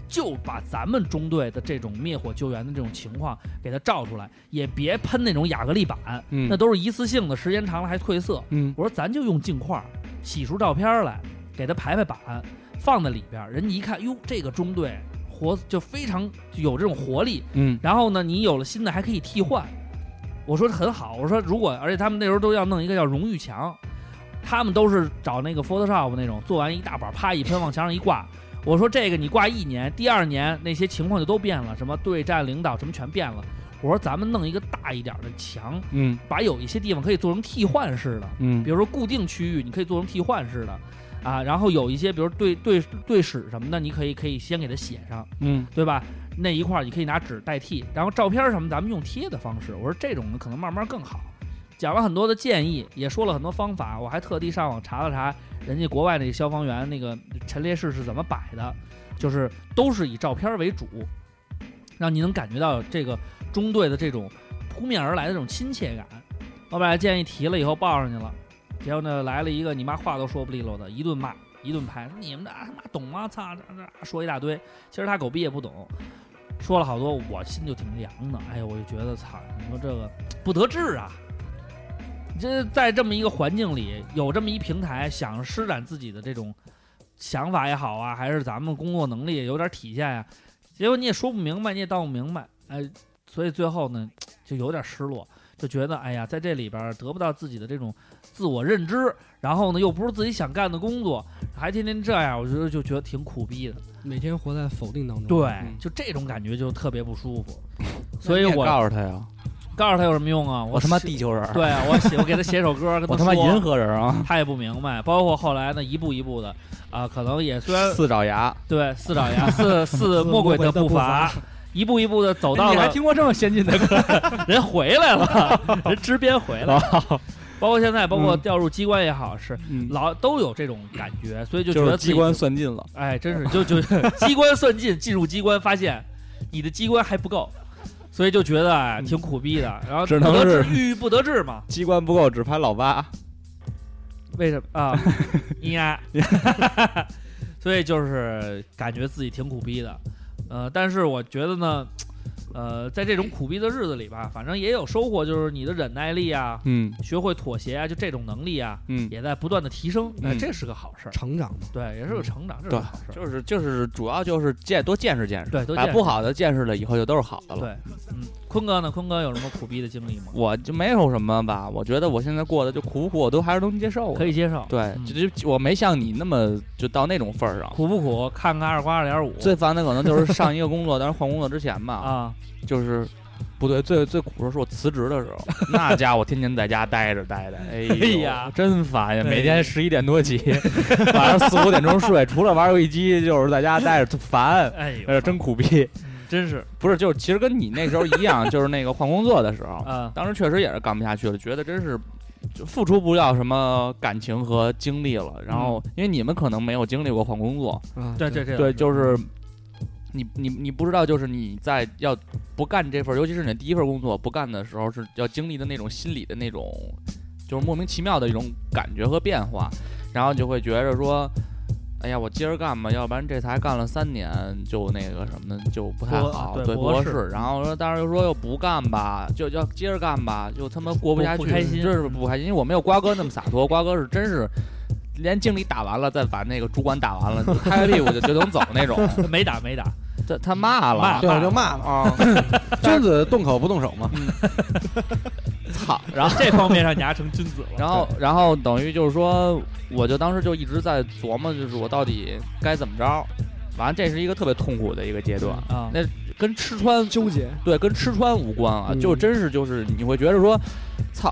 就把咱们中队的这种灭火救援的这种情况给它照出来，也别喷那种亚克力板，那都是一次性的，时间长了还褪色。我说咱就用镜块洗出照片来，给它排版，放在里边，人家一看，哟，这个中队活就非常有这种活力。然后呢，你有了新的还可以替换。我说很好，我说如果，而且他们那时候都要弄一个叫荣誉墙，他们都是找那个 Photoshop 那种，做完一大板，啪一喷往墙上一挂。我说这个你挂1年，第2年那些情况就都变了，什么对战领导什么全变了。我说咱们弄一个大一点的墙，把有一些地方可以做成替换式的，比如说固定区域你可以做成替换式的。啊，然后有一些，比如对史什么的，你可以先给它写上，对吧？那一块你可以拿纸代替，然后照片什么咱们用贴的方式。我说这种呢可能慢慢更好。讲了很多的建议，也说了很多方法，我还特地上网查了查人家国外那个消防员那个陈列室是怎么摆的，就是都是以照片为主，让你能感觉到这个中队的这种扑面而来的这种亲切感。我把建议提了以后报上去了。结果呢，来了一个你妈话都说不利落的，一顿骂，一顿拍，你们他妈懂吗？操，说一大堆。其实他狗逼也不懂，说了好多，我心就挺凉的。哎呦，我就觉得操，你说这个不得志啊！这在这么一个环境里，有这么一平台，想施展自己的这种想法也好啊，还是咱们工作能力有点体现呀，结果你也说不明白，你也道不明白，所以最后呢，就有点失落。就觉得哎呀，在这里边得不到自己的这种自我认知，然后呢又不是自己想干的工作，还天天这样，我就觉得挺苦逼的， 每天活在否定当中。 对，就这种感觉就特别不舒服。所以我告诉他呀， 告诉他有什么用啊？ 我他妈地球人。 对，我给他写首歌，跟他我他妈银河人啊！ 他也不明白。包括后来呢，一步一步的啊，可能也虽然四爪牙， 对，四爪牙，四魔鬼的步伐。一步一步的走到了， 你还听过这么先进的歌？ 人回来了，人支边回来了。包括现在，包括调入机关也好，是老都有这种感觉，所以就觉得机关算尽了。 哎，真是就机关算尽，进入机关发现你的机关还不够，所以就觉得挺苦逼的。然后只能是郁郁不得志嘛， 机关不够，只拍老八。 为什么啊？呀，所以就是感觉自己挺苦逼的。但是我觉得呢，在这种苦逼的日子里吧，反正也有收获，就是你的忍耐力啊，学会妥协啊，就这种能力啊，也在不断的提升，这是个好事， 成长嘛， 对，也是个成长，这是个好事，就是主要就是多见识见识， 对， 把不好的见识了以后就都是好的了， 对，坤哥呢？坤哥有什么苦逼的经历吗？ 我就没有什么吧，我觉得我现在过得就苦我都还是能接受， 可以接受。 对，就我没像你那么就到那种份儿上。 苦不苦？看看2.5。 最烦的可能就是上一个工作，但是换工作之前吧， 啊， 就是不对，最苦的是我辞职的时候，那家伙天天在家待着，哎呀，真烦呀！每天11点多起，晚上4、5点钟睡，除了玩游戏机就是在家待着，烦。哎呦，真苦逼。 真是不是，就是其实跟你那时候一样，就是那个换工作的时候，当时确实也是干不下去了，觉得真是就付出不了什么感情和精力了。然后因为你们可能没有经历过换工作， 对， 就是你不知道，就是你在要不干这份，尤其是你的第一份工作不干的时候，是要经历的那种心理的那种，就是莫名其妙的一种感觉和变化，然后就会觉着说。哎呀，我接着干吧，要不然这才干了3年，就那个什么就不太好，对博士。然后说，但是又说又不干吧，就要接着干吧，就他妈过不下去， 不开心， 真是不开心。因为我没有瓜哥那么洒脱，瓜哥是真是连经理打完了，再把那个主管打完了，拍拍屁股就能走那种。 没打， 他骂了， 对，就骂了啊。君子动口不动手嘛。 操！然后这方面上你还成君子了。 然后等于就是说，我就当时就一直在琢磨，就是我到底该怎么着。完了，这是一个特别痛苦的一个阶段啊。 那跟吃穿纠结， 对，跟吃穿无关啊，就真是就是你会觉得说，操。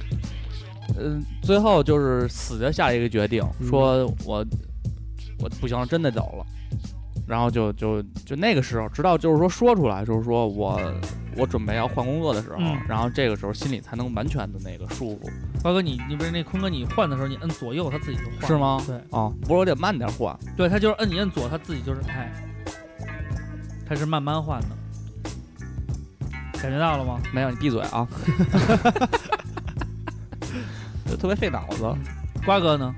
最后就是死的下一个决定，说我不行了，真的走了。然后就那个时候，直到就是说出来，就是说我准备要换工作的时候，然后这个时候心里才能完全的那个舒服。 瓜哥，你不是那坤哥，你换的时候你摁左右，他自己就换， 是吗？ 对， 哦，不是我得慢点换。 对，他就是你摁左，他自己就是他是慢慢换的，感觉到了吗？ 没有，你闭嘴啊！就特别费脑子。 瓜哥呢？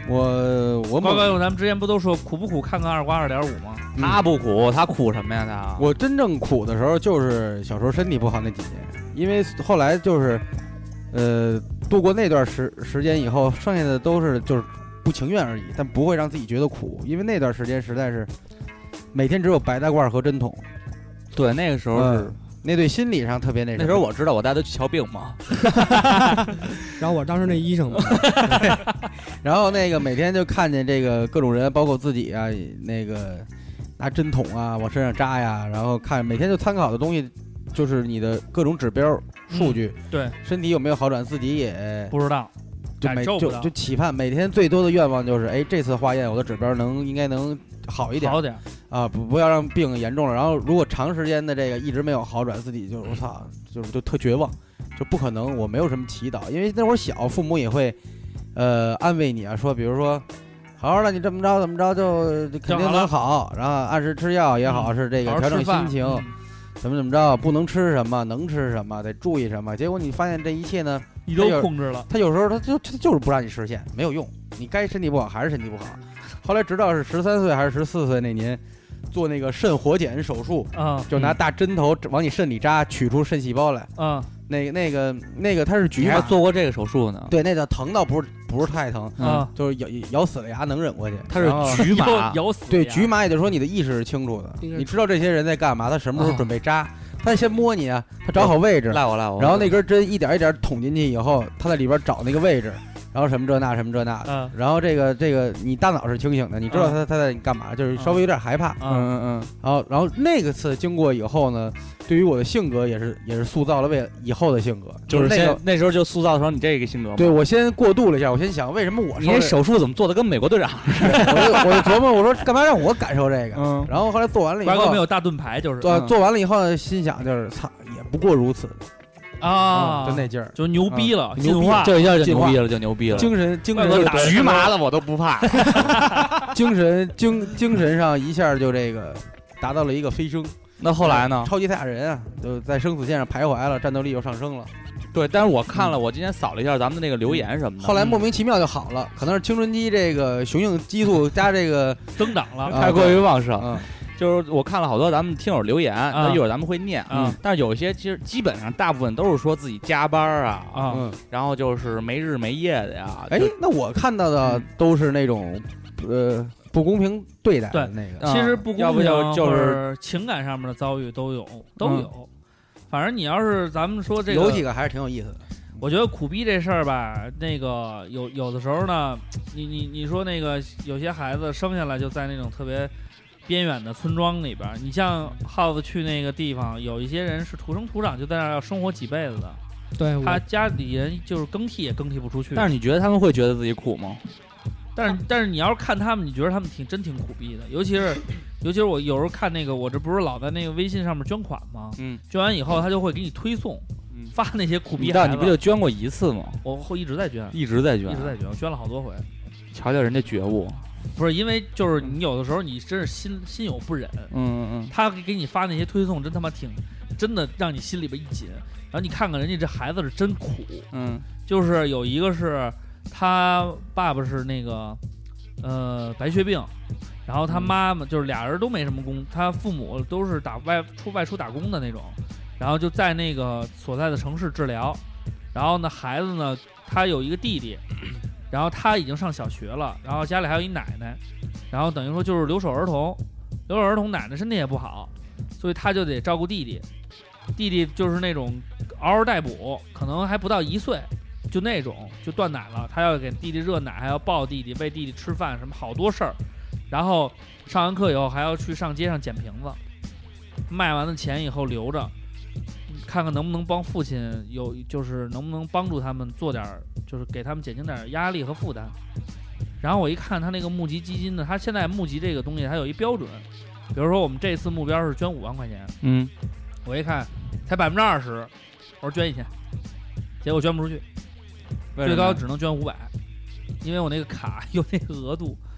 我高高，咱们之前不都说苦不苦？看看2瓜2.5吗？ 他不苦，他苦什么呀？他我真正苦的时候就是小时候身体不好那几年，因为后来就是度过那段时间以后，剩下的都是就是不情愿而已，但不会让自己觉得苦，因为那段时间实在是每天只有白大褂和针筒。 对，那个时候是。 那对心理上特别那时候我知道我带他去瞧病嘛， 然后我当时那医生嘛， 然后那个每天就看见这个各种人，包括自己啊，那个拿针筒啊往身上扎呀，然后看每天就参考的东西就是你的各种指标数据， 对， 身体有没有好转自己也不知道， 就期盼每天最多的愿望就是，哎，这次化验我的指标应该能好一点啊，不要让病严重了。然后如果长时间的这个一直没有好转，自己就我操，就特绝望，就不可能。我没有什么祈祷，因为那会儿小，父母也会安慰你啊，说比如说好好的，你这么着怎么着就肯定能好，然后按时吃药也好，是这个调整心情，怎么着，不能吃什么，能吃什么，得注意什么。结果你发现这一切呢， 你都控制了。 他有时候他就是不让你实现，没有用。你该身体不好还是身体不好。后来直到是13岁还是14岁那年，做那个肾活检手术就拿大针头往你肾里扎，取出肾细胞来那个他是局麻， 你还做过这个手术呢？ 对，那叫疼倒不是太疼就是咬死了牙能忍过去。 他是局麻， 咬死对局麻，也就是说你的意识是清楚的，你知道这些人在干嘛，他什么时候准备扎，他先摸你啊，他找好位置， 赖我， 然后那根针一点一点捅进去以后，他在里边找那个位置。然后什么这那的，然后这个你大脑是清醒的，你知道他在干嘛，就是稍微有点害怕，然后那个次经过以后呢，对于我的性格也是塑造了为以后的性格， 就是那时候就塑造成你这个性格。 对，我先过渡了一下，我先想为什么你这手术怎么做的跟美国队长似的？ 我就琢磨，我说干嘛让我感受这个？然后后来做完了以后， 没有大盾牌，就是做完了以后心想就是操，也不过如此。就那劲儿， 就牛逼了， 牛逼， 这一下就牛逼了，就牛逼了。 精神打局麻了我都不怕。 精神上一下就这个达到了一个飞升。 那后来呢？ 超级赛亚人啊，就在生死线上徘徊了，战斗力又上升了。 对，但是我看了，我今天扫了一下咱们的那个留言什么的， 后来莫名其妙就好了，可能是青春期这个雄性激素加这个增长了， 太过于旺盛。就是我看了好多咱们听友留言，那一会儿咱们会念，但是有一些其实基本上大部分都是说自己加班然后就是没日没夜的呀。 哎，那我看到的都是那种不公平对待的那个。 其实不公平就是情感上面的遭遇都有。反正你要是咱们说这个， 有几个还是挺有意思的。 我觉得苦逼这事儿吧，那个有的时候呢，你说那个有些孩子生下来就在那种特别边远的村庄里边，你像耗子去那个地方，有一些人是土生土长就在那儿要生活几辈子的， 对， 他家里人就是更替也更替不出去。 但是你觉得他们会觉得自己苦吗？ 但是你要是看他们，你觉得他们真挺苦逼的，尤其是我有时候看那个，我这不是老在那个微信上面捐款吗？捐完以后他就会给你推送，发那些苦逼孩子。 你不就捐过一次吗？ 我一直在捐， 一直在捐， 我捐了好多回。 瞧瞧人家觉悟。 不是因为就是你有的时候你真是心有不忍，他给你发那些推送真他妈真的让你心里边一紧，然后你看看人家这孩子是真苦，就是有一个是他爸爸是那个白血病，然后他妈妈就是俩人都没什么工，他父母都是外出打工的那种，然后就在那个所在的城市治疗，然后呢孩子呢他有一个弟弟。然后他已经上小学了，然后家里还有一奶奶，然后等于说就是留守儿童，奶奶身体也不好，所以他就得照顾弟弟。弟弟就是那种嗷嗷待哺，可能还不到1岁，就那种就断奶了，他要给弟弟热奶，还要抱弟弟，喂弟弟吃饭，什么好多事儿。然后上完课以后还要去上街上捡瓶子，卖完了钱以后留着。看看能不能帮父亲就是能不能帮助他们做点，就是给他们减轻点压力和负担。然后我一看他那个募集基金的，他现在募集这个东西他有一标准，比如说我们这次目标是捐5万块钱，我一看才20%，我说捐1000，结果捐不出去，最高只能捐500，因为我那个卡有那个额度，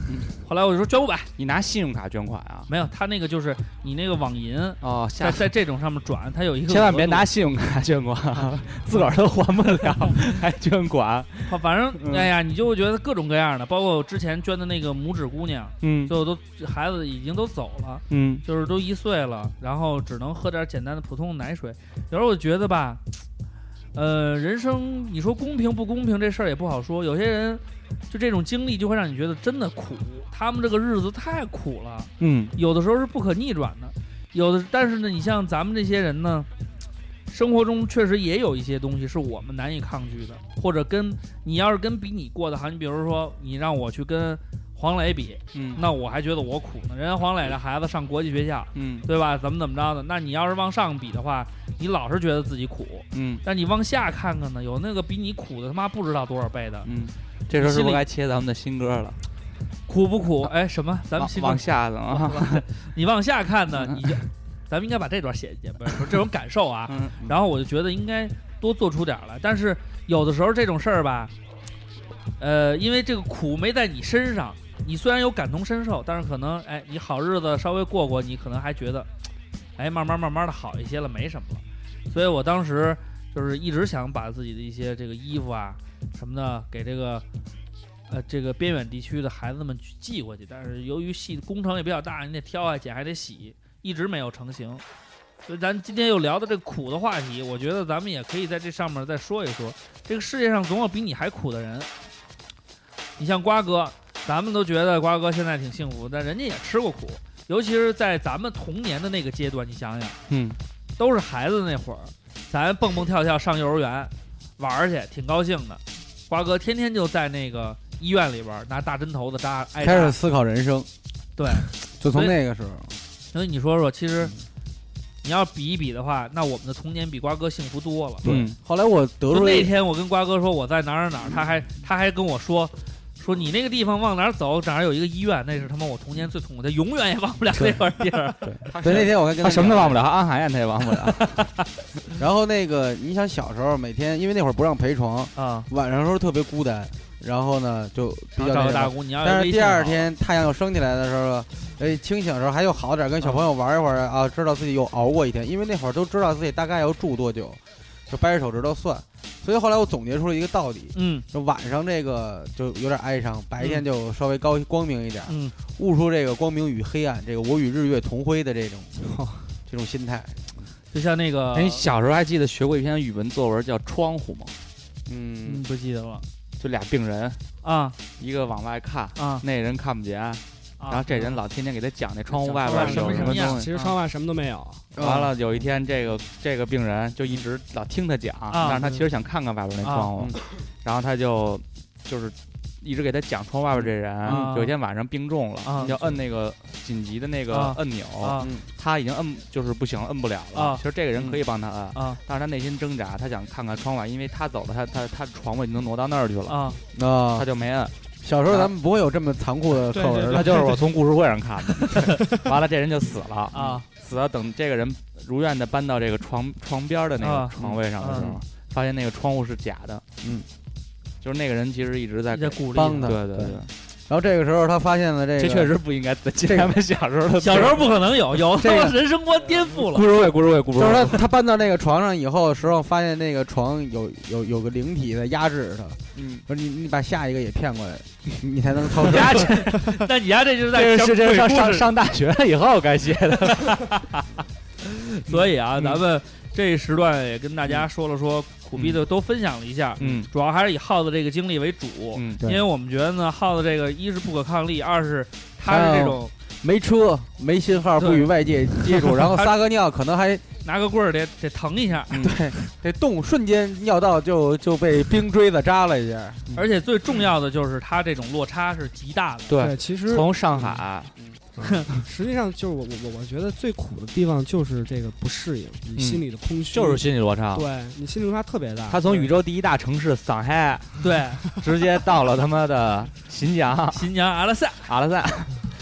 后来我就说捐500， 你拿信用卡捐款啊？ 没有，他那个就是你那个网银哦， 在这种上面转，他有一个千万别拿信用卡捐款，自个儿都还不了还捐款。 反正哎呀，你就会觉得各种各样的，包括我之前捐的那个拇指姑娘，最后都孩子已经都走了，就是都1岁了，然后只能喝点简单的普通的奶水。有时候我觉得吧，人生你说公平不公平这事儿也不好说，有些人就这种经历就会让你觉得真的苦，他们这个日子太苦了，有的时候是不可逆转的，但是呢，你像咱们这些人呢，生活中确实也有一些东西是我们难以抗拒的，或者你要是跟比你过得好，你比如说你让我去跟黄磊比，那我还觉得我苦呢。人家黄磊的孩子上国际学校，对吧？怎么着的？那你要是往上比的话，你老是觉得自己苦，但你往下看看呢，有那个比你苦的他妈不知道多少倍的， 这时候是不是该切咱们的新歌了？ 苦不苦？哎，什么？咱们新歌往下的啊？ 你往下看呢，你就，咱们应该把这段写一写，不是这种感受啊。然后我就觉得应该多做出点来，但是有的时候这种事儿吧，因为这个苦没在你身上。你虽然有感同身受，但是可能你好日子稍微过，你可能还觉得，慢慢的好一些了，没什么了。所以我当时就是一直想把自己的一些这个衣服啊什么的给这个边远地区的孩子们去寄过去，但是由于工程也比较大，你得挑啊剪还得洗，一直没有成型。所以咱今天又聊的这个苦的话题，我觉得咱们也可以在这上面再说一说，这个世界上总有比你还苦的人。你像瓜哥。咱们都觉得瓜哥现在挺幸福，但人家也吃过苦，尤其是在咱们童年的那个阶段，你想想，都是孩子那会儿，咱蹦蹦跳跳上幼儿园玩去，挺高兴的。瓜哥天天就在那个医院里边拿大针头子扎， 开始思考人生。 对， 就从那个时候。 所以你说说，其实你要比一比的话，那我们的童年比瓜哥幸福多了。 对，后来我得出那天我跟瓜哥说我在哪儿，他还跟我说你那个地方往哪儿走，哪儿有一个医院，那是他妈我童年最痛苦，他永远也忘不了那块地儿。 对，那天我还跟他什么都忘不了，安海燕他也忘不了。 然后那个，你想小时候每天，因为那会儿不让陪床啊，晚上的时候特别孤单，然后呢就比较找个大姑娘。 但是第二天太阳又升起来的时候，清醒的时候还又好点，跟小朋友玩一会儿啊，知道自己又熬过一天，因为那会儿都知道自己大概要住多久，就掰着手指头算。所以后来我总结出了一个道理，就晚上这个就有点哀伤，白天就稍微光明一点，悟出这个光明与黑暗，这个我与日月同辉的这种心态。 就像那个， 你小时候还记得学过一篇语文作文叫《窗户》吗？ 不记得了。 就俩病人啊， 一个往外看啊，那人看不见，然后这人老天天给他讲那窗户外边有什么东西， 其实窗外什么都没有。 完了有一天这个病人就一直老听他讲，但是他其实想看看外边那窗户，然后他就是一直给他讲窗外边这人，有一天晚上病重了，要摁那个紧急的那个按钮，他已经就是不行，摁不了了。其实这个人可以帮他摁，但是他内心挣扎，他想看看窗外，因为他走了，他的床位已经挪到那儿去了，他就没摁。 小时候咱们不会有这么残酷的课文， 那就是我从故事会上看的。完了，这人就死了啊！死了，等这个人如愿的搬到这个床边的那个床位上的时候，发现那个窗户是假的。就是那个人其实一直在鼓励帮他。 对。 然后这个时候他发现了这确实不应该在咱们小时候不可能有这个人生观颠覆了。 故事会。 就是他搬到那个床上以后的时候，发现那个床有个灵体在压制他。说你把下一个也骗过来，你才能超出。 那你家这就是在世界上大学以后该写的。 所以啊，咱们这一时段也跟大家说了说。苦逼的都分享了一下，主要还是以耗子这个经历为主，因为我们觉得呢，耗子这个一是不可抗力，二是他是这种没车、没信号、不与外界接触，然后撒个尿可能还拿个棍儿得疼一下， 对，得动，瞬间尿道就被冰锥子扎了一下， 而且最重要的就是他这种落差是极大的， 对， 其实从上海。 实际上就是我觉得最苦的地方就是这个不适应，你心里的空虚， 就是心理落差。 对，你心理落差特别大。 他从宇宙第一大城市上海， 对， 直接到了他妈的新疆阿拉善。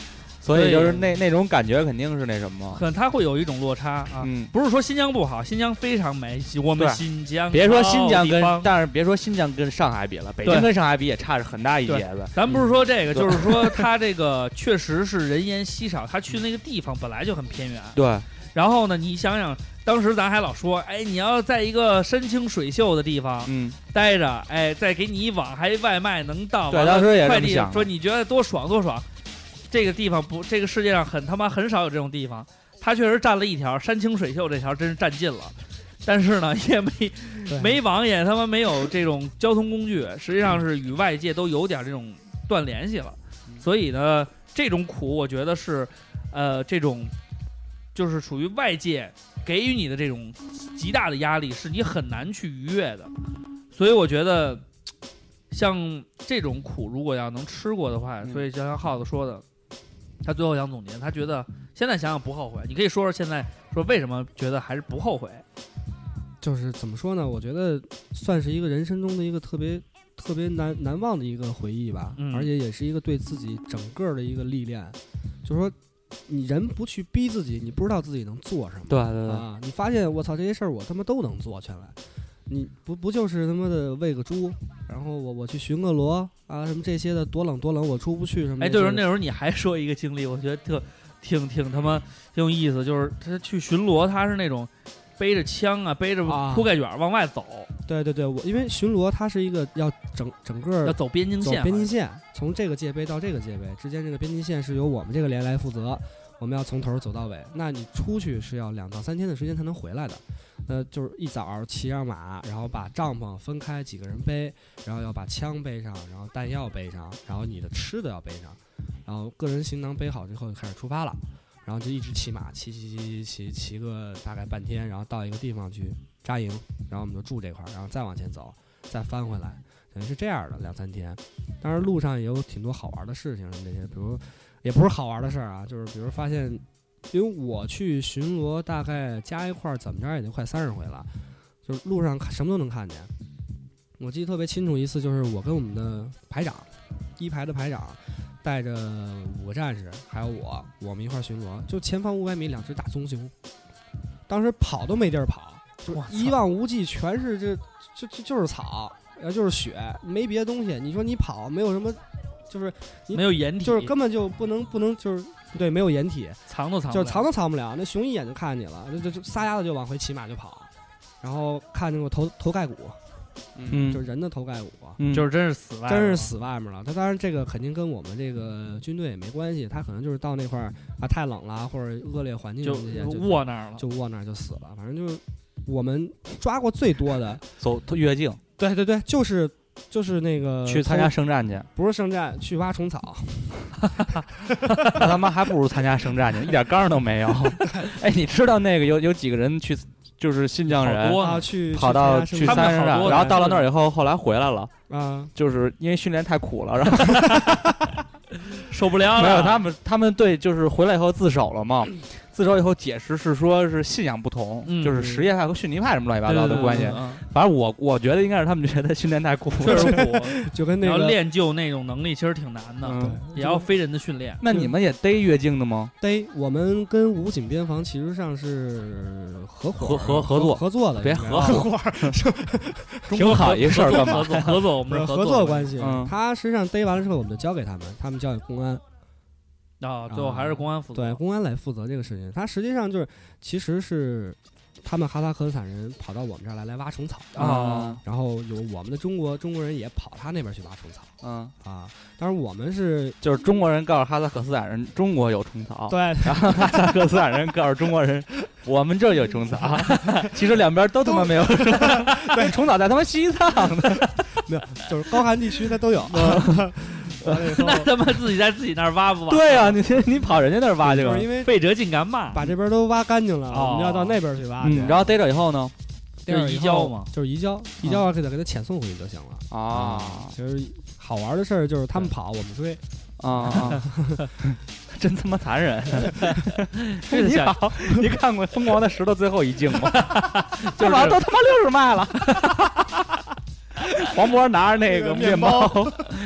所以就是那种感觉肯定是那什么， 可能它会有一种落差啊。不是说新疆不好，新疆非常美，我们新疆别说新疆但是别说新疆跟上海比了，北京跟上海比也差着很大一截子。 咱不是说这个，就是说它这个确实是人烟稀少，他去那个地方本来就很偏远。 对。 然后呢，你想想，当时咱还老说，哎，你要在一个山清水秀的地方待着，哎，再给你一网，还外卖能到， 对，当时也快递说你觉得多爽多爽。这个地方不，这个世界上很少有这种地方。他确实占了一条山清水秀，这条真是占尽了。但是呢，也没网，也他妈没有这种交通工具，实际上是与外界都有点这种断联系了。所以呢，这种苦，我觉得是，这种就是属于外界给予你的这种极大的压力，是你很难去逾越的。所以我觉得，像这种苦，如果要能吃过的话，所以就像耗子说的。他最后想总结，他觉得现在想想不后悔。你可以说说现在说为什么觉得还是不后悔？ 就是怎么说呢？我觉得算是一个人生中的一个特别难忘的一个回忆吧，而且也是一个对自己整个的一个历练。就是说，你人不去逼自己，你不知道自己能做什么。 对对对啊！你发现我操，这些事儿我他妈都能做全来。你不就是他妈的喂个猪，然后我去巡个逻啊，什么这些的，多冷我出不去什么。 哎，对，那时候你还说一个经历，我觉得挺他妈挺有意思，就是他去巡逻，他是那种背着枪啊，背着铺盖卷往外走。 对对对，我因为巡逻它是一个要整个要走边境线， 从这个界碑到这个界碑之间，这个边境线是由我们这个连来负责，我们要从头走到尾。那你出去是要2到3天的时间才能回来的。就是一早骑上马，然后把帐篷分开，几个人背，然后要把枪背上，然后弹药背上，然后你的吃的要背上，然后个人行囊背好之后就开始出发了，然后就一直骑马，骑个大概半天，然后到一个地方去扎营，然后我们就住这块儿，然后再往前走，再翻回来，等于是这样的2、3天。当然路上也有挺多好玩的事情，这些比如也不是好玩的事儿啊，就是比如发现。因为我去巡逻，大概加一块怎么着也得快30回了，就是路上什么都能看见。我记得特别清楚一次，就是我跟我们的排长，1排的排长，带着5个战士，还有我们一块巡逻，就前方500米2只大棕熊，当时跑都没地儿跑，就一望无际，全是就是草，然后就是雪，没别的东西。你说你跑没有什么，就是没有掩体， 就是根本就不能就是。对，没有掩体， 藏都藏不了。那熊一眼就看见了，就撒丫子就往回骑马就跑，然后看见过头盖骨，就是人的头盖骨， 就是真是死外面了。他当然这个肯定跟我们这个军队也没关系，他可能就是到那块儿啊太冷了或者恶劣环境就窝那儿了， 就窝那儿就死了。反正就是我们抓过最多的走越境， 对，就是那个去参加圣战去， 不是圣战，去挖虫草。 那他妈还不如参加圣战去，一点纲都没有。哎，你知道那个有几个人去，就是新疆人跑到去参加圣战，然后到了那儿以后，后来回来了啊，就是因为训练太苦了，然后受不了了。 没有，他们对，就是回来以后自首了嘛。自首以后解释是说是信仰不同，就是什叶派和逊尼派什么乱七八糟的关系。反正我觉得应该是他们觉得训练太苦， 确实苦， 就跟那个要练就那种能力其实挺难的，也要非人的训练。 那你们也逮越境的吗？ 逮，我们跟武警边防其实上是合作的， 别合伙， 挺好一事儿干嘛？ 合作，我们是合作关系。他实际上逮完了之后，我们就交给他们交给公安。 最后还是公安负责。 对，公安来负责这个事情。他实际上就是，其实是他们哈萨克斯坦人跑到我们这儿来挖虫草啊，然后有我们的中国人也跑他那边去挖虫草。当然我们就是中国人告诉哈萨克斯坦人中国有虫草， 对， 然后哈萨克斯坦人告诉中国人我们这有虫草，其实两边都他妈没有，对，虫草在他妈西藏的， 没有，就是高寒地区它都有。 那他妈自己在自己那儿挖不挖？ 对啊，你跑人家那儿挖去了， 因为费折劲干嘛？ 把这边都挖干净了，我们要到那边去挖去。 然后逮着以后呢， 就是移交嘛， 就是移交完给他遣送回去就行了啊。其实好玩的事儿就是他们跑，我们追啊，真他妈残忍！你跑，你看过《疯狂的石头》最后一镜吗？这玩意儿都他妈60迈了。黄渤拿着那个面包，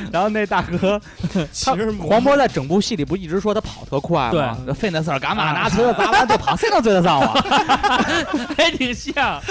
然后那大哥，黄渤在整部戏里不一直说他跑特快吗？对，费那事儿干嘛？拿锤子砸完就跑，谁能追得上啊？ 还挺像。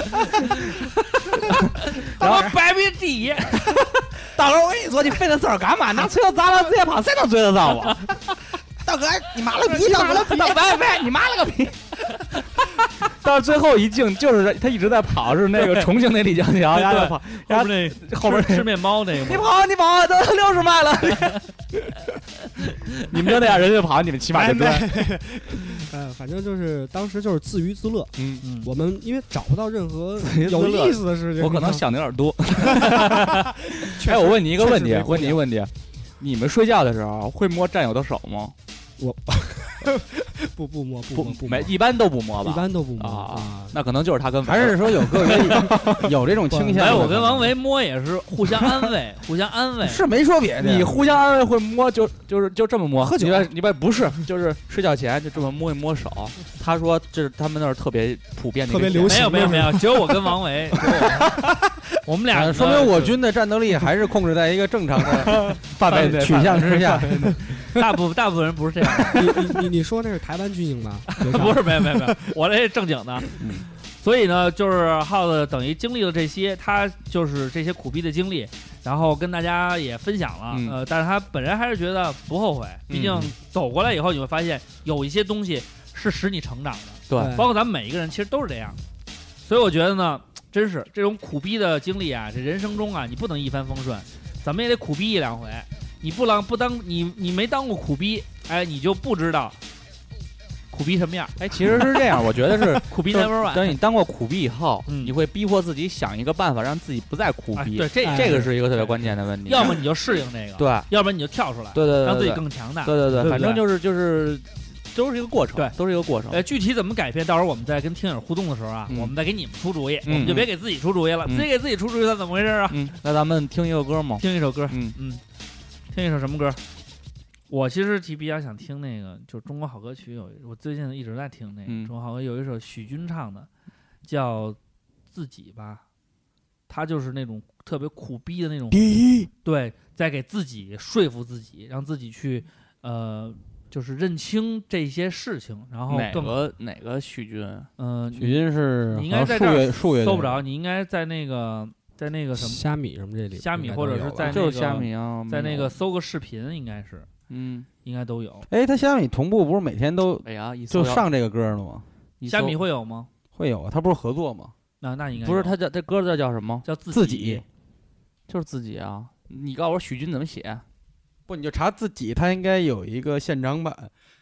然后百米第一， 大哥，我跟你说，你费那事儿干嘛？拿锤子砸完直接跑，谁能追得上我？ 大哥，你妈了逼！你妈了逼！ 喂，你妈了个逼！到最后一镜就是他一直在跑，是那个重庆那李江桥，然后跑，然后那后边吃面包那个， 你跑，都60迈了。你们就那样，人家跑，你们骑马就追。 反正就是当时就是自娱自乐。我们因为找不到任何有意思的事情， 我可能想的有点多。哎，我问你一个问题，你们睡觉的时候会摸战友的手吗？ 我不摸， 一般都不摸吧？ 一般都不摸啊。那可能就是他跟还是说有个人有这种倾向。 哎，我跟王维摸也是互相安慰， 是没说别的。 你互相安慰会摸，就这么摸。 喝酒你不是，就是睡觉前就这么摸一摸手。他说这是他们那儿特别普遍的， 特别流行。 没有，只有我跟王维，我们俩。 说明我军的战斗力还是控制在一个正常的范围取向之下。 大部分人不是这样。 你说那是台湾军营吗？ 不是，没有，我这正经的。所以呢，就是耗子等于经历了这些，他就是这些苦逼的经历，然后跟大家也分享了。但是他本人还是觉得不后悔，毕竟走过来以后，你会发现有一些东西是使你成长的。 对， 包括咱们每一个人其实都是这样。所以我觉得呢，真是这种苦逼的经历啊，这人生中啊，你不能一帆风顺，咱们也得苦逼一两回。你不当你没当过苦逼，哎，你就不知道苦逼什么样。 哎，其实是这样，我觉得是苦逼 never one。 等你当过苦逼以后，你会逼迫自己想一个办法，让自己不再苦逼。 对， 这个是一个特别关键的问题。 要么你就适应这个， 对； 要不然你就跳出来， 对， 让自己更强大。 对，反正就是都是一个过程， 对， 都是一个过程。 具体怎么改变，到时候我们在跟听友互动的时候啊，我们再给你们出主意，我们就别给自己出主意了，自己给自己出主意，那怎么回事啊？ 那咱们听一个歌吗？ 听一首歌，听一首什么歌？我其实比较想听那个，就是中国好歌曲我最近一直在听那个中国好歌，有一首许君唱的，叫《自己》吧，他就是那种特别苦逼的那种，对，在给自己说服自己，让自己去就是认清这些事情，然后哪个许君？ 许君是你应该在这儿搜不着，你应该在那个什么虾米什么这里， 虾米或者是在那个就是虾米啊， 在那个搜个视频应该是，应该都有。 哎，他虾米同步不是每天都就上这个歌了吗？ 虾米会有吗？ 会有，他不是合作吗？ 那应该不是，他这歌叫什么？ 叫自己， 就是自己啊！你告诉我许君怎么写？ 不，你就查自己，他应该有一个现场版。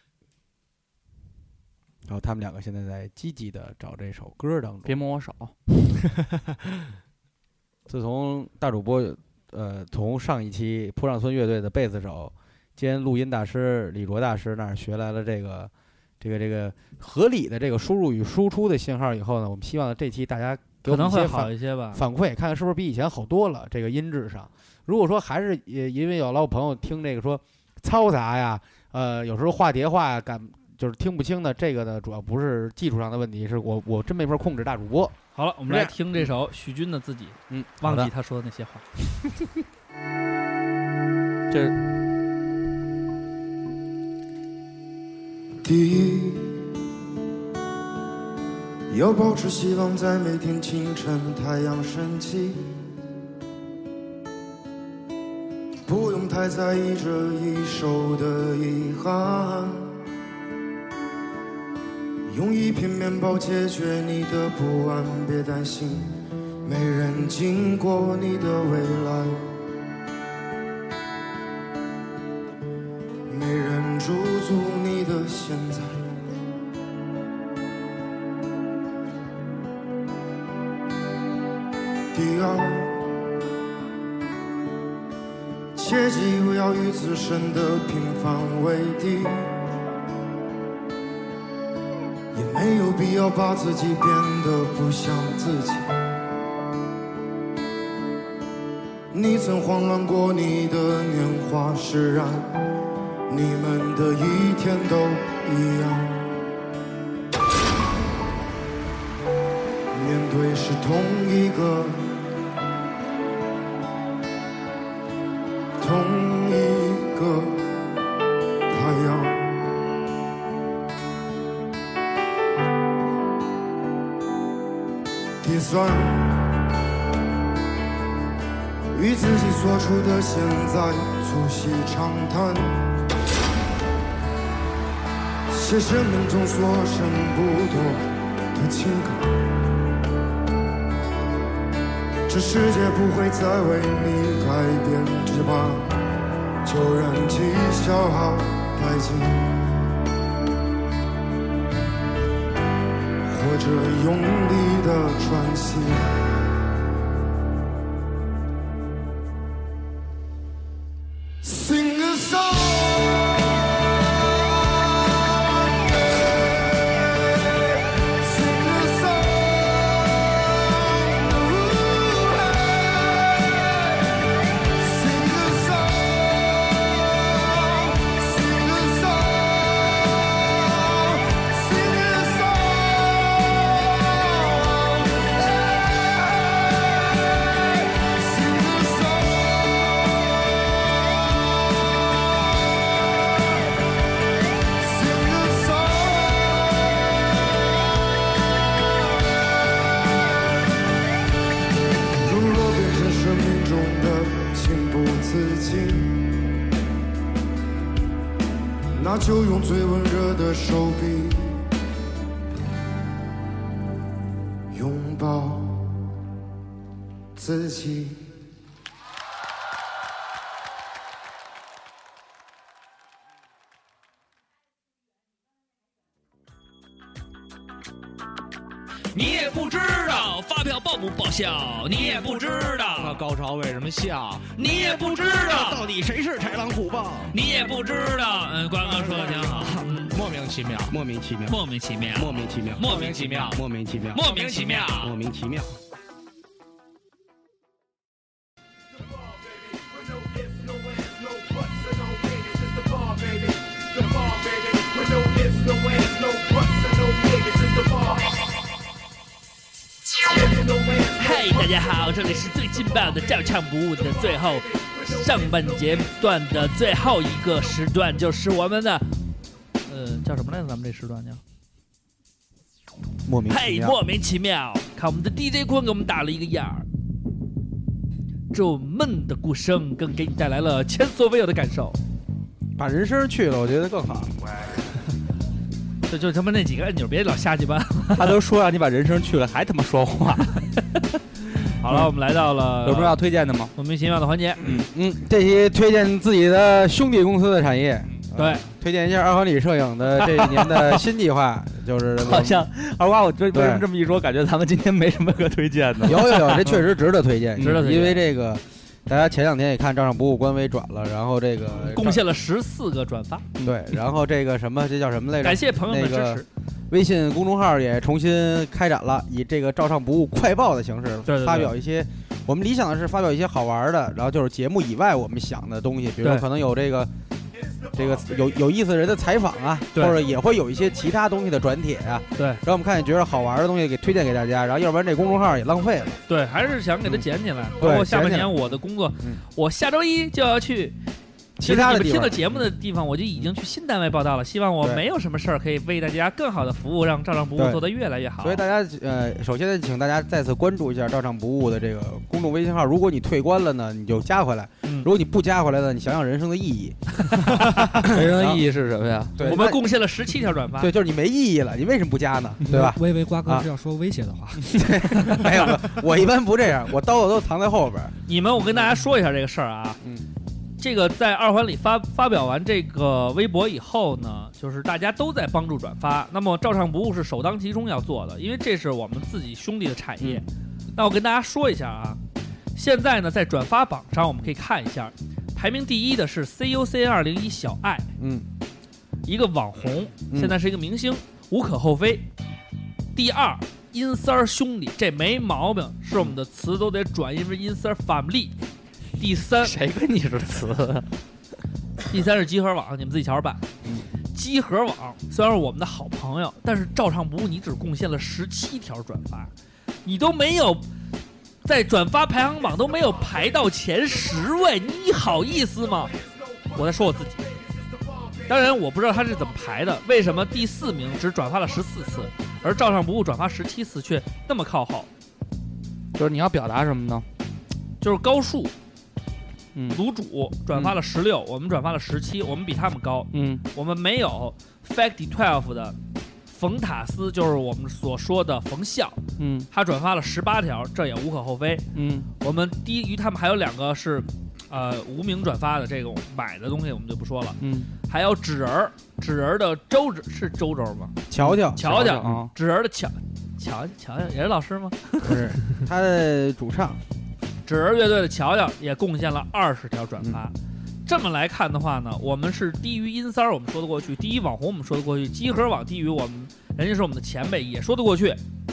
然后他们两个现在在积极的找这首歌当中。 别摸我手。 自从大主播从上一期坡上村乐队的贝斯手兼录音大师李卓大师那儿学来了这个合理的这个输入与输出的信号以后呢，我们希望这期大家给我们一些反馈，看看是不是比以前好多了。这个音质上，如果说还是因为有老朋友听这个说嘈杂呀，有时候话叠话就是听不清的，这个呢主要不是技术上的问题，是我真没法控制大主播。 好了，我们来听这首许君的《自己》。忘记他说的那些话。 这第一，要保持希望，在每天清晨太阳升起，不用太在意这一手的遗憾，用一片面包解决你的不安，别担心，没人经过你的未来，没人驻足你的现在。第二，切记不要与自身的平凡为敌，也没有必要把自己变得不像自己。你曾慌乱过你的年华释然，你们的一天都一样，面对是同一个同一个太阳。第三，与自己所处的现在促膝长谈，写生命中所剩不多的情感。这世界不会再为你改变，只把旧人记消耗殆尽，或者用力的喘息。Sing a song。那就用最温热的手臂拥抱自己。 你也不知道发票报不报销，你也不知道高潮为什么笑， 你也不知道到底谁是豺狼虎豹， 你也不知道。关哥说的挺好， 莫名其妙， 莫名其妙， 莫名其妙， 莫名其妙， 莫名其妙， 莫名其妙， 莫名其妙， 莫名其妙。 嗨，大家好，这里是最劲爆的照唱不误的最后上半节段的最后一个时段，就是我们的叫什么来着？咱们这时段叫莫名其妙。 嘿，莫名其妙。看我们的 DJ 坤给我们打了一个样儿，这闷的鼓声更给你带来了前所未有的感受。 把人声去了，我觉得更好。 就他妈那几个按钮，别老瞎鸡巴。 他都说让你把人声去了，还他妈说话。 好了，我们来到了有什么要推荐的吗？ 莫名其妙的环节。 这期推荐自己的兄弟公司的产业。 对， 推荐一下二环里摄影的这一年的新计划，就是好像二瓜，我为什么这么一说，感觉咱们今天没什么可推荐的。 有，这确实值得推荐， 值得推荐， 因为这个。大家前两天也看照唱不误官微转了，然后这个贡献了14个转发， 对，然后这个什么，这叫什么来着？ 感谢朋友们的支持。 微信公众号也重新开展了，以这个照唱不误快报的形式发表一些。我们理想的是发表一些好玩的，然后就是节目以外我们想的东西，比如说可能有这个有意思人的采访啊，或者也会有一些其他东西的转帖啊。 对， 然后我们看见觉得好玩的东西给推荐给大家，然后要不然这公众号也浪费了。 对，还是想给它捡起来。包括下半年我的工作，我下周一就要去其他的你们听到节目的地方，我就已经去新单位报道了。希望我没有什么事儿，可以为大家更好的服务，让照唱不误做得越来越好。 所以大家首先请大家再次关注一下照唱不误的这个公众微信号。如果你退关了呢，你就加回来；如果你不加回来呢，你想想人生的意义。 人生的意义是什么呀？ 我们贡献了17条转发。 对，就是你没意义了，你为什么不加呢？对吧？ 我以为瓜哥是要说威胁的话。 没有，我一般不这样，我刀子都藏在后边。 你们，我跟大家说一下这个事儿啊。这个在二环里发表完这个微博以后呢，就是大家都在帮助转发。那么照唱不误是首当其冲要做的，因为这是我们自己兄弟的产业。那我跟大家说一下啊，现在呢在转发榜上我们可以看一下，排名第一的是 CUC201 小爱，一个网红，现在是一个明星，无可厚非。第二，阴三儿兄弟，这没毛病，是我们的词都得转，因为阴三儿family。第三， 谁跟你是词？ 第三是集合网，你们自己瞧着办。集合网虽然是我们的好朋友，但是照唱不误你只贡献了17条转发，你都没有在转发排行榜都没有排到前10位，你好意思吗？我在说我自己。当然我不知道他是怎么排的，为什么第4名只转发了14次，而照上不误转发17次却那么靠后？ 就是你要表达什么呢？ 就是高数。卤煮转发了16，我们转发了17，我们比他们高。我们没有 Facty 12的冯塔斯，就是我们所说的冯笑。他转发了18条，这也无可厚非。我们低于他们还有2个是无名转发的，这个买的东西我们就不说了。还有纸人的周是周吗？ 乔乔， 纸人的乔也是老师吗？ 不是，他的主唱。 纸人乐队的乔乔也贡献了20条转发。这么来看的话呢，我们是低于阴三儿，我们说得过去；低于网红，我们说得过去；集合网低于我们，人家是我们的前辈，也说得过去。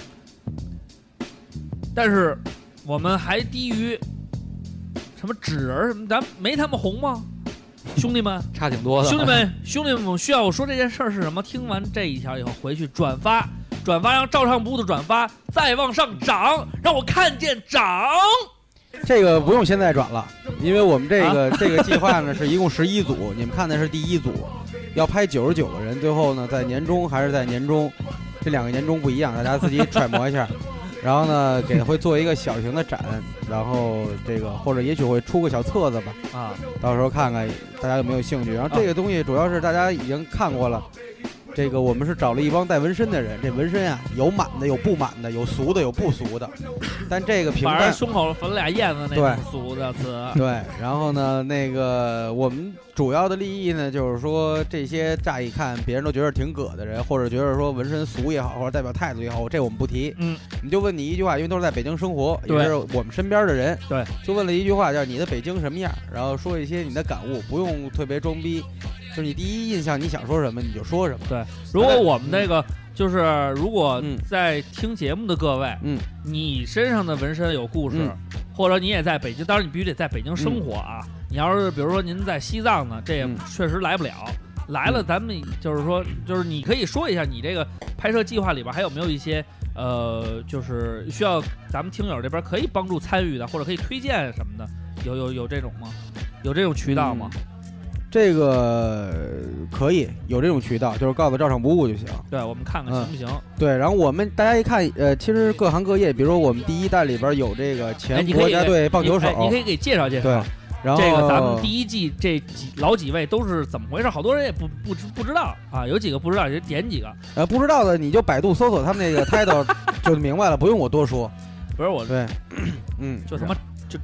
但是我们还低于什么纸人什么，咱没他们红吗？兄弟们， 差挺多的。 兄弟们，需要我说这件事儿是什么？听完这一条以后，回去转发，让照唱不误的转发再往上涨，让我看见涨。 这个不用现在转了，因为我们这个计划呢是一共11组，你们看的是第1组，要拍99个人，最后呢在年终还是在年终，这2个年终不一样，大家自己揣摩一下。然后呢会做一个小型的展，然后这个或者也许会出个小册子吧，到时候看看大家有没有兴趣。然后这个东西主要是大家已经看过了。这个我们是找了一帮带纹身的人，这纹身啊有满的有不满的，有俗的有不俗的，但这个评判胸口缝俩燕子那种俗的词。 对，然后呢我们主要的利益呢就是说这些乍一看别人都觉得挺葛的人，或者觉得说纹身俗也好，或者代表态度也好，这我们不提。你就问你一句话，因为都是在北京生活，也是我们身边的人， 对， 就问了一句话，叫你的北京什么样，然后说一些你的感悟，不用特别装逼。就是你第一印象，你想说什么你就说什么。 对，如果我们那个就是如果在听节目的各位，你身上的纹身有故事，或者你也在北京，当然你必须得在北京生活啊。你要是比如说您在西藏呢，这也确实来不了。来了，咱们就是说，就是你可以说一下你这个拍摄计划里边还有没有一些就是需要咱们听友这边可以帮助参与的，或者可以推荐什么的，有这种吗？有这种渠道吗？ 这个可以有这种渠道，就是告诉照唱不误就行。 对，我们看看行不行？ 对，然后我们大家一看，其实各行各业，比如说我们第1弹里边有这个前国家队棒球手， 你可以给介绍介绍。 对，然后这个咱们第1季这几位都是怎么回事？好多人也不知道啊，有几个不知道，就点几个。 不知道的你就百度搜索他们那个 title 就明白了，不用我多说。 不是我， 对， 就他妈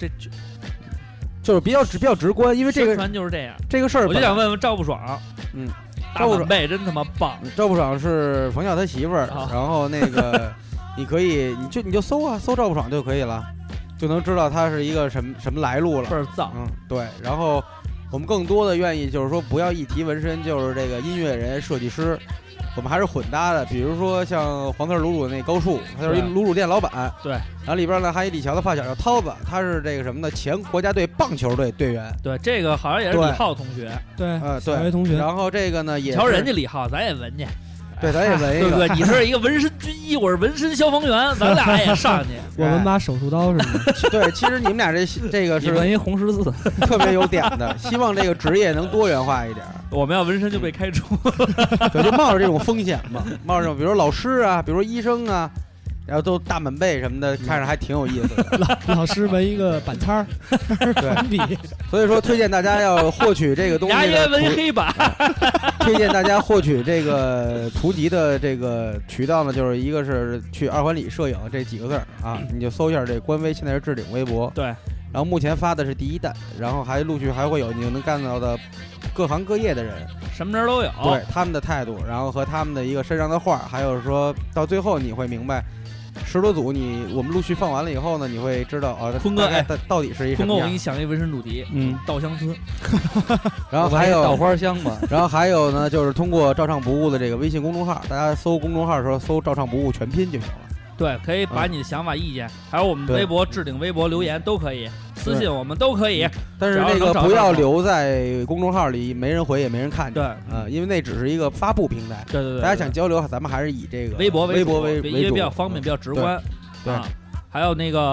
就是比较直观，因为这个宣传就是这样。 这个事儿， 我就想问问赵不爽，大满背真他妈棒。 赵不爽是冯笑他媳妇儿，然后那个你可以，你就搜赵不爽就可以了，就能知道他是一个什么来路了。 倍儿脏， 对。然后我们更多的愿意就是说，不要一提纹身就是这个音乐人、设计师。我们还是混搭的，比如说像黄色卤煮那高树，他就是一卤煮店老板。 对， 然后里边呢还有李乔的发小叫涛子，他是这个什么呢？前国家队棒球队队员。 对，这个好像也是李浩同学。 对， 对， 同学。 然后这个呢也瞧人家李浩，咱也纹去。 对，咱也纹一个。 对，你是一个纹身军医，我是纹身消防员，咱俩也上去。 我纹把手术刀是吗？ 对，其实你们俩这个是纹一红十字， 特别有点的。希望这个职业能多元化一点。 我们要纹身就被开除。 对，就冒着这种风险嘛，冒着这种，比如说老师啊，比如说医生啊，然后都大满背什么的，看着还挺有意思的。 老师纹一个板擦儿，粉笔。 所以说，推荐大家要获取这个东西。 牙爷纹黑板。 推荐大家获取这个图集的这个渠道呢，就是一个是去2环里摄影这几个字啊，你就搜一下这官微，现在是置顶微博。 对。 然后目前发的是第1弹，然后还陆续还会有你能看到的各行各业的人， 什么人都有。 对他们的态度，然后和他们的一个身上的画，还有说到最后你会明白，10多组我们陆续放完了以后呢，你会知道啊， 坤哥到底是一什么样。坤哥，我给你想一纹身主题，稻香村。 然后还有稻花香吧。 然后还有呢，就是通过照唱不误的这个微信公众号，大家搜公众号的时候搜照唱不误全拼就行了。 对，可以把你的想法、意见，还有我们微博置顶微博留言都可以，私信我们都可以。 但是那个不要留在公众号里，没人回也没人看见。 对， 因为那只是一个发布平台。 对， 大家想交流，咱们还是以这个微博为主， 因为比较方便，比较直观。 对， 还有那个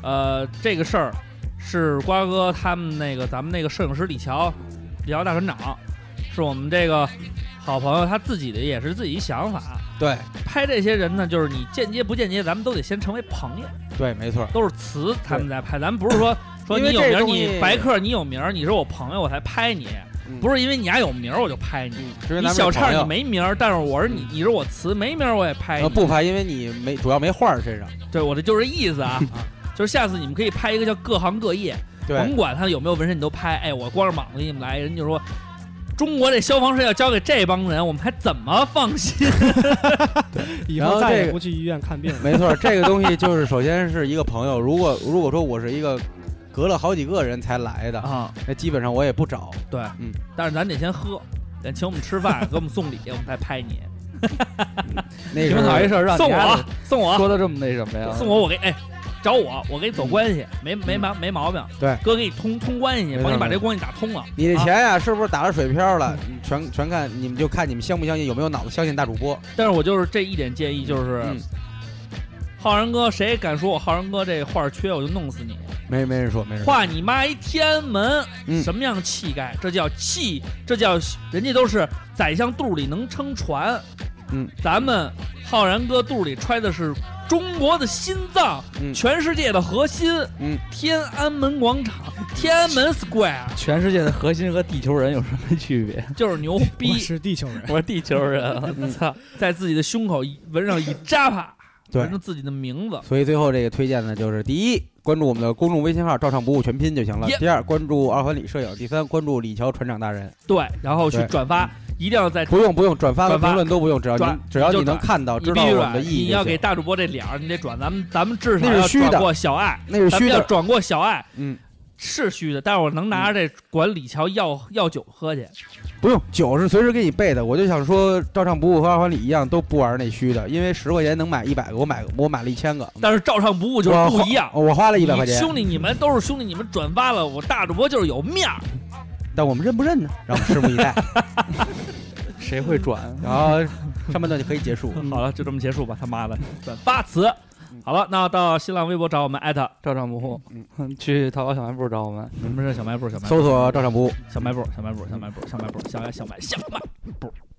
这个事儿是瓜哥他们那个咱们那个摄影师李乔大船长，是我们这个好朋友他自己的也是自己想法。 对， 拍这些人呢，就是你间接不间接，咱们都得先成为朋友。 对，没错， 都是词他们在拍，咱们不是说你有名，你白客你有名，你是我朋友我才拍你。不是因为你家有名我就拍你，你小畅你没名，但是我是你是我词没名我也拍你。 不拍，因为你主要没画身上。 对，我这就是意思啊，就是下次你们可以拍一个叫各行各业，甭管他有没有纹身你都拍。哎，我光着膀子给你们来，人就说中国这消防车要交给这帮人，我们还怎么放心？ 对，以后再也不去医院看病。 没错，这个东西就是首先是一个朋友，如果说我是一个。隔了好几个人才来的啊，那基本上我也不找。 对，但是咱得先喝，得请我们吃饭，给我们送礼，我们再拍你。 那挺好一事，让送我说的这么那什么呀？ 送我给找我给你走关系，没毛病。 对， 哥给你通关系，帮你把这关系打通了。 你的钱呀，是不是打了水漂了？全看你们就看你们相不相信，有没有脑子相信大主播。 但是我就是这一点建议，就是浩然哥，谁敢说我浩然哥这画缺，我就弄死你。 没人说，没人画你妈一天安门，什么样的气概？这叫气，这叫人家都是宰相肚里能撑船，咱们浩然哥肚里揣的是中国的心脏，全世界的核心，天安门广场，天安门 Square， 全世界的核心和地球人有什么区别？ 就是牛逼， 我是地球人， 我是地球人，操， 在自己的胸口纹上一扎帕。纹上自己的名字， 所以最后这个推荐呢，就是第一，关注我们的公众微信号"照唱不误全拼"就行了；第二，关注二环里摄影；第三，关注李乔船长大人。 对，然后去转发，一定要在不用转发和评论都不用，只要你能看到，知道我们的意义。 你要给大主播这脸，你得转，咱们至少要转过小爱， 那是虚的， 要转过小爱，是虚的，但是我能拿着这管李乔要酒喝去。 不用，酒是随时给你备的。我就想说，照唱不误和二环里一样，都不玩那虚的，因为10块钱能买100个，我买了1000个。 但是照唱不误就是不一样， 我花了100块钱。 兄弟，你们都是兄弟，你们转发了，我大主播就是有面儿。 但我们认不认呢？让我们拭目以待。 谁会转？ 然后上半段就可以结束。 好了，就这么结束吧。他妈的，转发词。好了，那到新浪微博找我们照唱不误，去淘宝小卖部找我们。 什么是小卖部？ 搜索照唱不误， 小卖部，小卖部，小卖部，小卖部，小卖部。